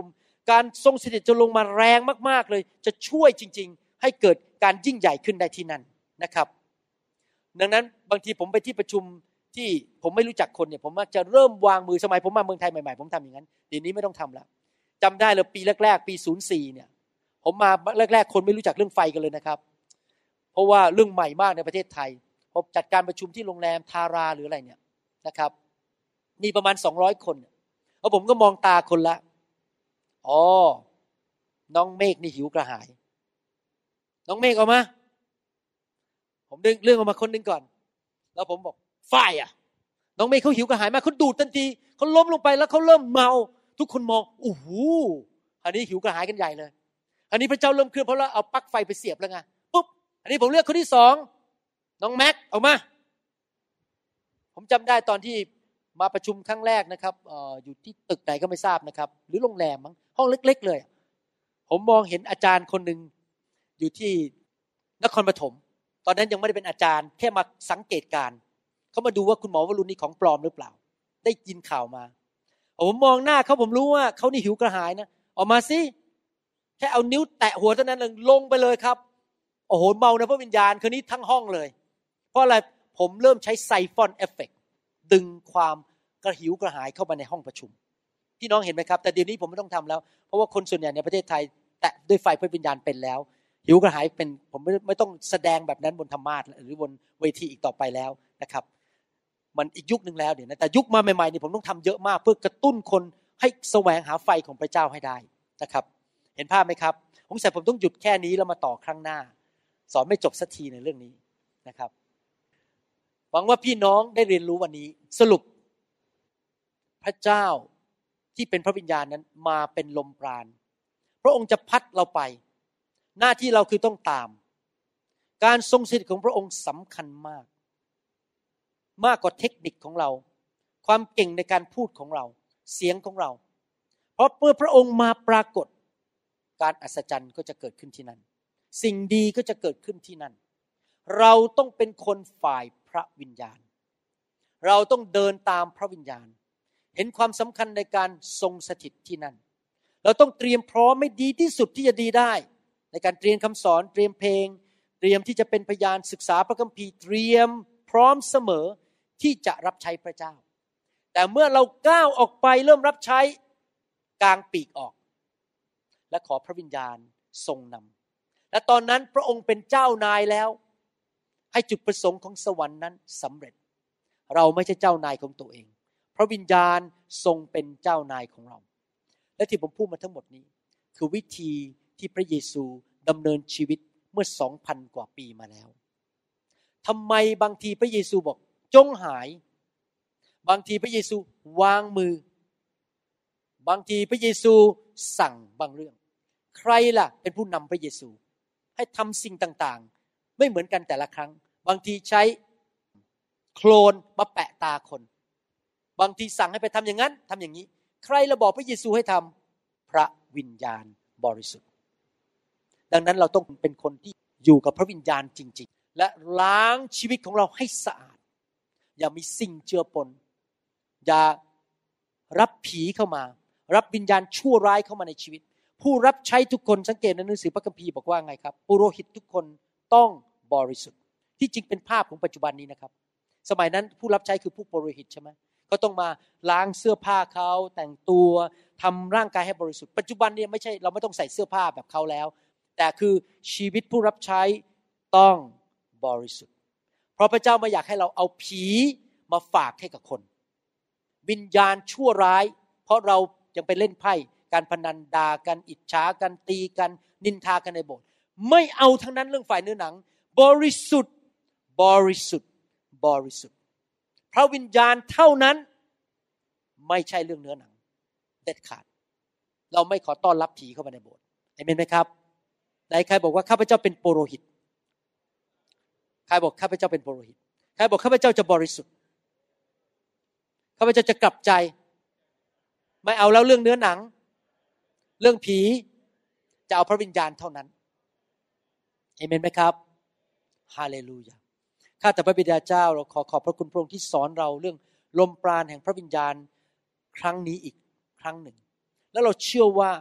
Speaker 2: การทรงสถิตจะลงมาแรงมากๆเลยจะช่วยจริงๆให้เกิดการยิ่งใหญ่ขึ้นได้ที่นั่นนะครับดังนั้นบางทีผมไปที่ประชุมที่ผมไม่รู้จักคนเนี่ยผมมักจะเริ่มวางมือสมัยผมมาเมืองไทยใหม่ๆผมทำอย่างนั้นเดี๋ยวนี้ไม่ต้องทำแล้วจำได้เลยปีแรกๆปีศูนย์สี่เนี่ยผมมาแรกๆคนไม่รู้จักเรื่องไฟกันเลยนะครับเพราะว่าเรื่องใหม่มากในประเทศไทยผมจัดการประชุมที่โรงแรมทาราหรืออะไรเนี่ยนะครับมีประมาณสองร้อยคนแล้วผมก็มองตาคนละอ๋อน้องเมฆนี่หิวกระหายน้องเมฆออกมาผมดึงเรื่องออกมาคนนึงก่อนแล้วผมบอกฝ่ายอ่ะน้องเมฆเขาหิวกระหายมากเขาดูดทันทีเขาล้มลงไปแล้วเขาเริ่มเมาทุกคนมองโอ้โหอันนี้หิวกระหายกันใหญ่เลยอันนี้พระเจ้าเริ่มเคลื่อนเพราะเราเอาปลั๊กไฟไปเสียบแล้วไงปุ๊บอันนี้ผมเลือกคนที่สองน้องแม็กออกมาผมจำได้ตอนที่มาประชุมครั้งแรกนะครับ อ, อยู่ที่ตึกไหนก็ไม่ทราบนะครับหรือโรงแรมมั้งห้องเล็กๆเลยผมมองเห็นอาจารย์คนหนึ่งอยู่ที่นครปฐมตอนนั้นยังไม่ได้เป็นอาจารย์แค่มาสังเกตการเขามาดูว่าคุณหมอวรุณนี่ของปลอมหรือเปล่าได้ยินข่าวมาผมมองหน้าเขาผมรู้ว่าเขานี่หิวกระหายนะออกมาสิแค่เอานิ้วแตะหัวเท่านั้นเลยลงไปเลยครับโอ้โหเมาในพระวิญญาณคืนนี้ทั้งห้องเลยเพราะอะไรผมเริ่มใช้ไซฟอนเอฟเฟกต์ดึงความกระหิวกระหายเข้ามาในห้องประชุมพี่น้องเห็นไหมครับแต่เดี๋ยวนี้ผมไม่ต้องทำแล้วเพราะว่าคนส่วนใหญ่ในประเทศไทยแตะด้วยไฟพระวิญญาณเป็นแล้วหิวกระหายเป็นผมไม่ไม่ต้องแสดงแบบนั้นบนธรรมาสน์หรือบนเวทีอีกต่อไปแล้วนะครับมันอีกยุคนึงแล้วเดี๋ยวนะแต่ยุคมาใหม่ๆนี่ผมต้องทำเยอะมากเพื่อกระตุ้นคนให้แสวงหาไฟของพระเจ้าให้ได้นะครับเห็นภาพไหมครับผมใส่ผมต้องหยุดแค่นี้แล้วมาต่อครั้งหน้าสอนไม่จบสักทีในเรื่องนี้นะครับหวังว่าพี่น้องได้เรียนรู้วันนี้สรุปพระเจ้าที่เป็นพระวิญญาณนั้นมาเป็นลมปราณพระองค์จะพัดเราไปหน้าที่เราคือต้องตามการทรงสถิตของพระองค์สำคัญมากมากกว่าเทคนิคของเราความเก่งในการพูดของเราเสียงของเราเพราะเมื่อพระองค์มาปรากฏการอัศจรรย์ก็จะเกิดขึ้นที่นั่นสิ่งดีก็จะเกิดขึ้นที่นั่นเราต้องเป็นคนฝ่ายพระวิญญาณเราต้องเดินตามพระวิญญาณเห็นความสำคัญในการทรงสถิตที่นั่นเราต้องเตรียมพร้อมให้ดีที่สุดที่จะดีได้ในการเตรียมคำสอนเตรียมเพลงเตรียมที่จะเป็นพยานศึกษาพระคัมภีร์เตรียมพร้อมเสมอที่จะรับใช้พระเจ้าแต่เมื่อเราก้าวออกไปเริ่มรับใช้กางปีกออกและขอพระวิญญาณทรงนำและตอนนั้นพระองค์เป็นเจ้านายแล้วให้จุดประสงค์ของสวรรค์นั้นสำเร็จเราไม่ใช่เจ้านายของตัวเองพระวิญญาณทรงเป็นเจ้านายของเราและที่ผมพูดมาทั้งหมดนี้คือวิธีที่พระเยซูดำเนินชีวิตเมื่อ สองพัน กว่าปีมาแล้วทำไมบางทีพระเยซูบอกจงหายบางทีพระเยซูวางมือบางทีพระเยซูสั่งบางเรื่องใครล่ะเป็นผู้นำพระเยซูให้ทำสิ่งต่างๆไม่เหมือนกันแต่ละครั้งบางทีใช้โคลนมาแปะตาคนบางทีสั่งให้ไปทำอย่างนั้นทำอย่างนี้ใครละบอกพระเยซูให้ทำพระวิญญาณบริสุทธิ์ดังนั้นเราต้องเป็นคนที่อยู่กับพระวิญญาณจริงๆและล้างชีวิตของเราให้สะอาดอย่ามีสิ่งเจือปนอย่ารับผีเข้ามารับวิญญาณชั่วร้ายเข้ามาในชีวิตผู้รับใช้ทุกคนสังเกตในหนังสือพระคัมภีร์บอกว่าไงครับปุโรหิตทุกคนต้องบริสุทธิ์ที่จริงเป็นภาพของปัจจุบันนี้นะครับสมัยนั้นผู้รับใช้คือผู้ปุโรหิตใช่ไหมเขาต้องมาล้างเสื้อผ้าเขาแต่งตัวทำร่างกายให้บริสุทธิ์ปัจจุบันนี้ไม่ใช่เราไม่ต้องใส่เสื้อผ้าแบบเขาแล้วแต่คือชีวิตผู้รับใช้ต้องบริสุทธิ์เพราะพระเจ้าไม่อยากให้เราเอาผีมาฝากให้กับคนวิญญาณชั่วร้ายเพราะเรายังไปเล่นไพ่การพนันด่ากันอิจฉากันตีกันนินทากันในโบสถ์ไม่เอาทั้งนั้นเรื่องฝ่ายเนื้อหนังบริสุทธิ์บริสุทธิ์บริสุทธิ์พระวิญญาณเท่านั้นไม่ใช่เรื่องเนื้อหนังเด็ดขาดเราไม่ขอต้อนรับผีเข้ามาในโบสถ์เห็นไหมครับไหนใครบอกว่าข้าพเจ้าเป็นปุโรหิตใครบอกข้าพเจ้าเป็นปุโรหิตใครบอกข้าพเจ้าจะบริสุทธิ์ข้าพเจ้าจะกลับใจไม่เอาแล้วเรื่องเนื้อหนังเรื่องผีจะเอาพระวิญญาณเท่านั้นเอเมนไหมครับฮาเลลูยาข้าแต่พระบิดาเจ้าเราขอขอบพระคุณพระองค์ที่สอนเราเรื่องลมปราณแห่งพระวิญญาณครั้งนี้อีกครั้งหนึ่งแล้วเราเชื่อว่า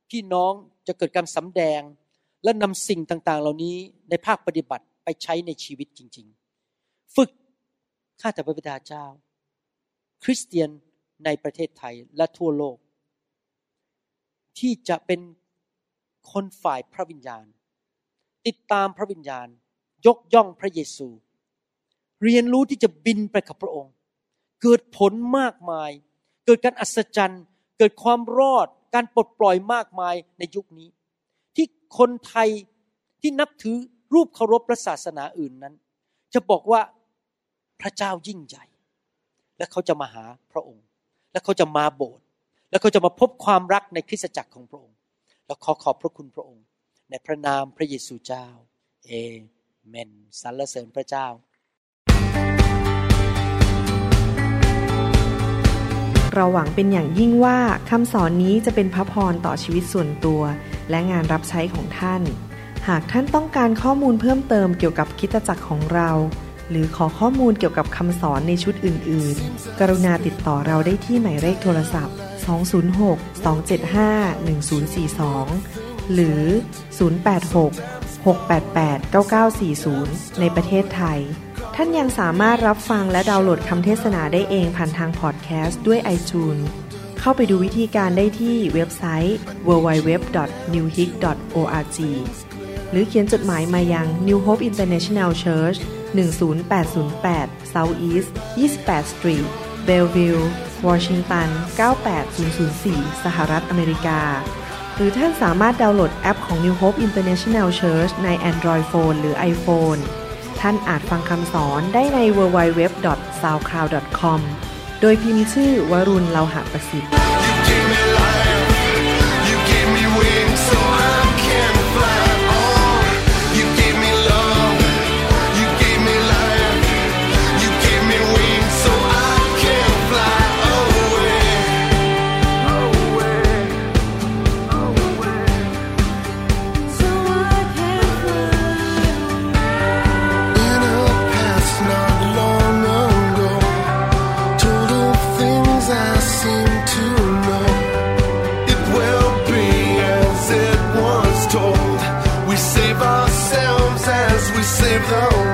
Speaker 2: พี่น้องจะเกิดการสำแดงและนำสิ่งต่างๆเหล่านี้ในภาคปฏิบัติไปใช้ในชีวิตจริงๆฝึกข้าแต่พระบิดาเจ้าคริสเตียนในประเทศไทยและทั่วโลกที่จะเป็นคนฝ่ายพระวิญญาณติดตามพระวิญญาณยกย่องพระเยซูเรียนรู้ที่จะบินไปกับพระองค์เกิดผลมากมายเกิดการอัศจรรย์เกิดความรอดการปลดปล่อยมากมายในยุคนี้ที่คนไทยที่นับถือรูปเคารพและศาสนาอื่นนั้นจะบอกว่าพระเจ้ายิ่งใหญ่และเขาจะมาหาพระองค์และเขาจะมาโบสถ์และเขาจะมาพบความรักในคริสตจักรของพระองค์และขอขอบพระคุณพระองค์ในพระนามพระเยซูเจ้าเอเมนสรรเสริญพระเจ้า
Speaker 1: เราหวังเป็นอย่างยิ่งว่าคำสอนนี้จะเป็นพระพรต่อชีวิตส่วนตัวและงานรับใช้ของท่านหากท่านต้องการข้อมูลเพิ่มเติมเกี่ยวกับคริสตจักรของเราหรือขอข้อมูลเกี่ยวกับคำสอนในชุดอื่นๆกรุณาติดต่อเราได้ที่หมายเลขโทรศัพท์สอง ศูนย์ หก สอง เจ็ด ห้า หนึ่ง ศูนย์ สี่ สองหรือศูนย์ แปด หก หก แปด แปด เก้า เก้า สี่ ศูนย์ในประเทศไทยท่านยังสามารถรับฟังและดาวน์โหลดคำเทศนาได้เองผ่านทางพอดแคสต์ด้วย iTunes เข้าไปดูวิธีการได้ที่เว็บไซต์ ดับเบิลยู ดับเบิลยู ดับเบิลยู ดอท นิว โฮป ดอท ออร์ก หรือเขียนจดหมายมายัง New Hope International Church หนึ่ง ศูนย์ แปด ศูนย์ แปด South East ยี่สิบแปด Street Bellevue Washington เก้า แปด ศูนย์ ศูนย์ สี่ สหรัฐอเมริกาหรือท่านสามารถดาวน์โหลดแอปของ New Hope International Church ใน Android Phone หรือ iPhone ท่านอาจฟังคำสอนได้ใน ดับเบิลยู ดับเบิลยู ดับเบิลยู ดอท ซาวด์คลาวด์ ดอท คอม โดยพิมพ์ชื่อวรุณ เลาหะประสิทธิ์
Speaker 3: Save the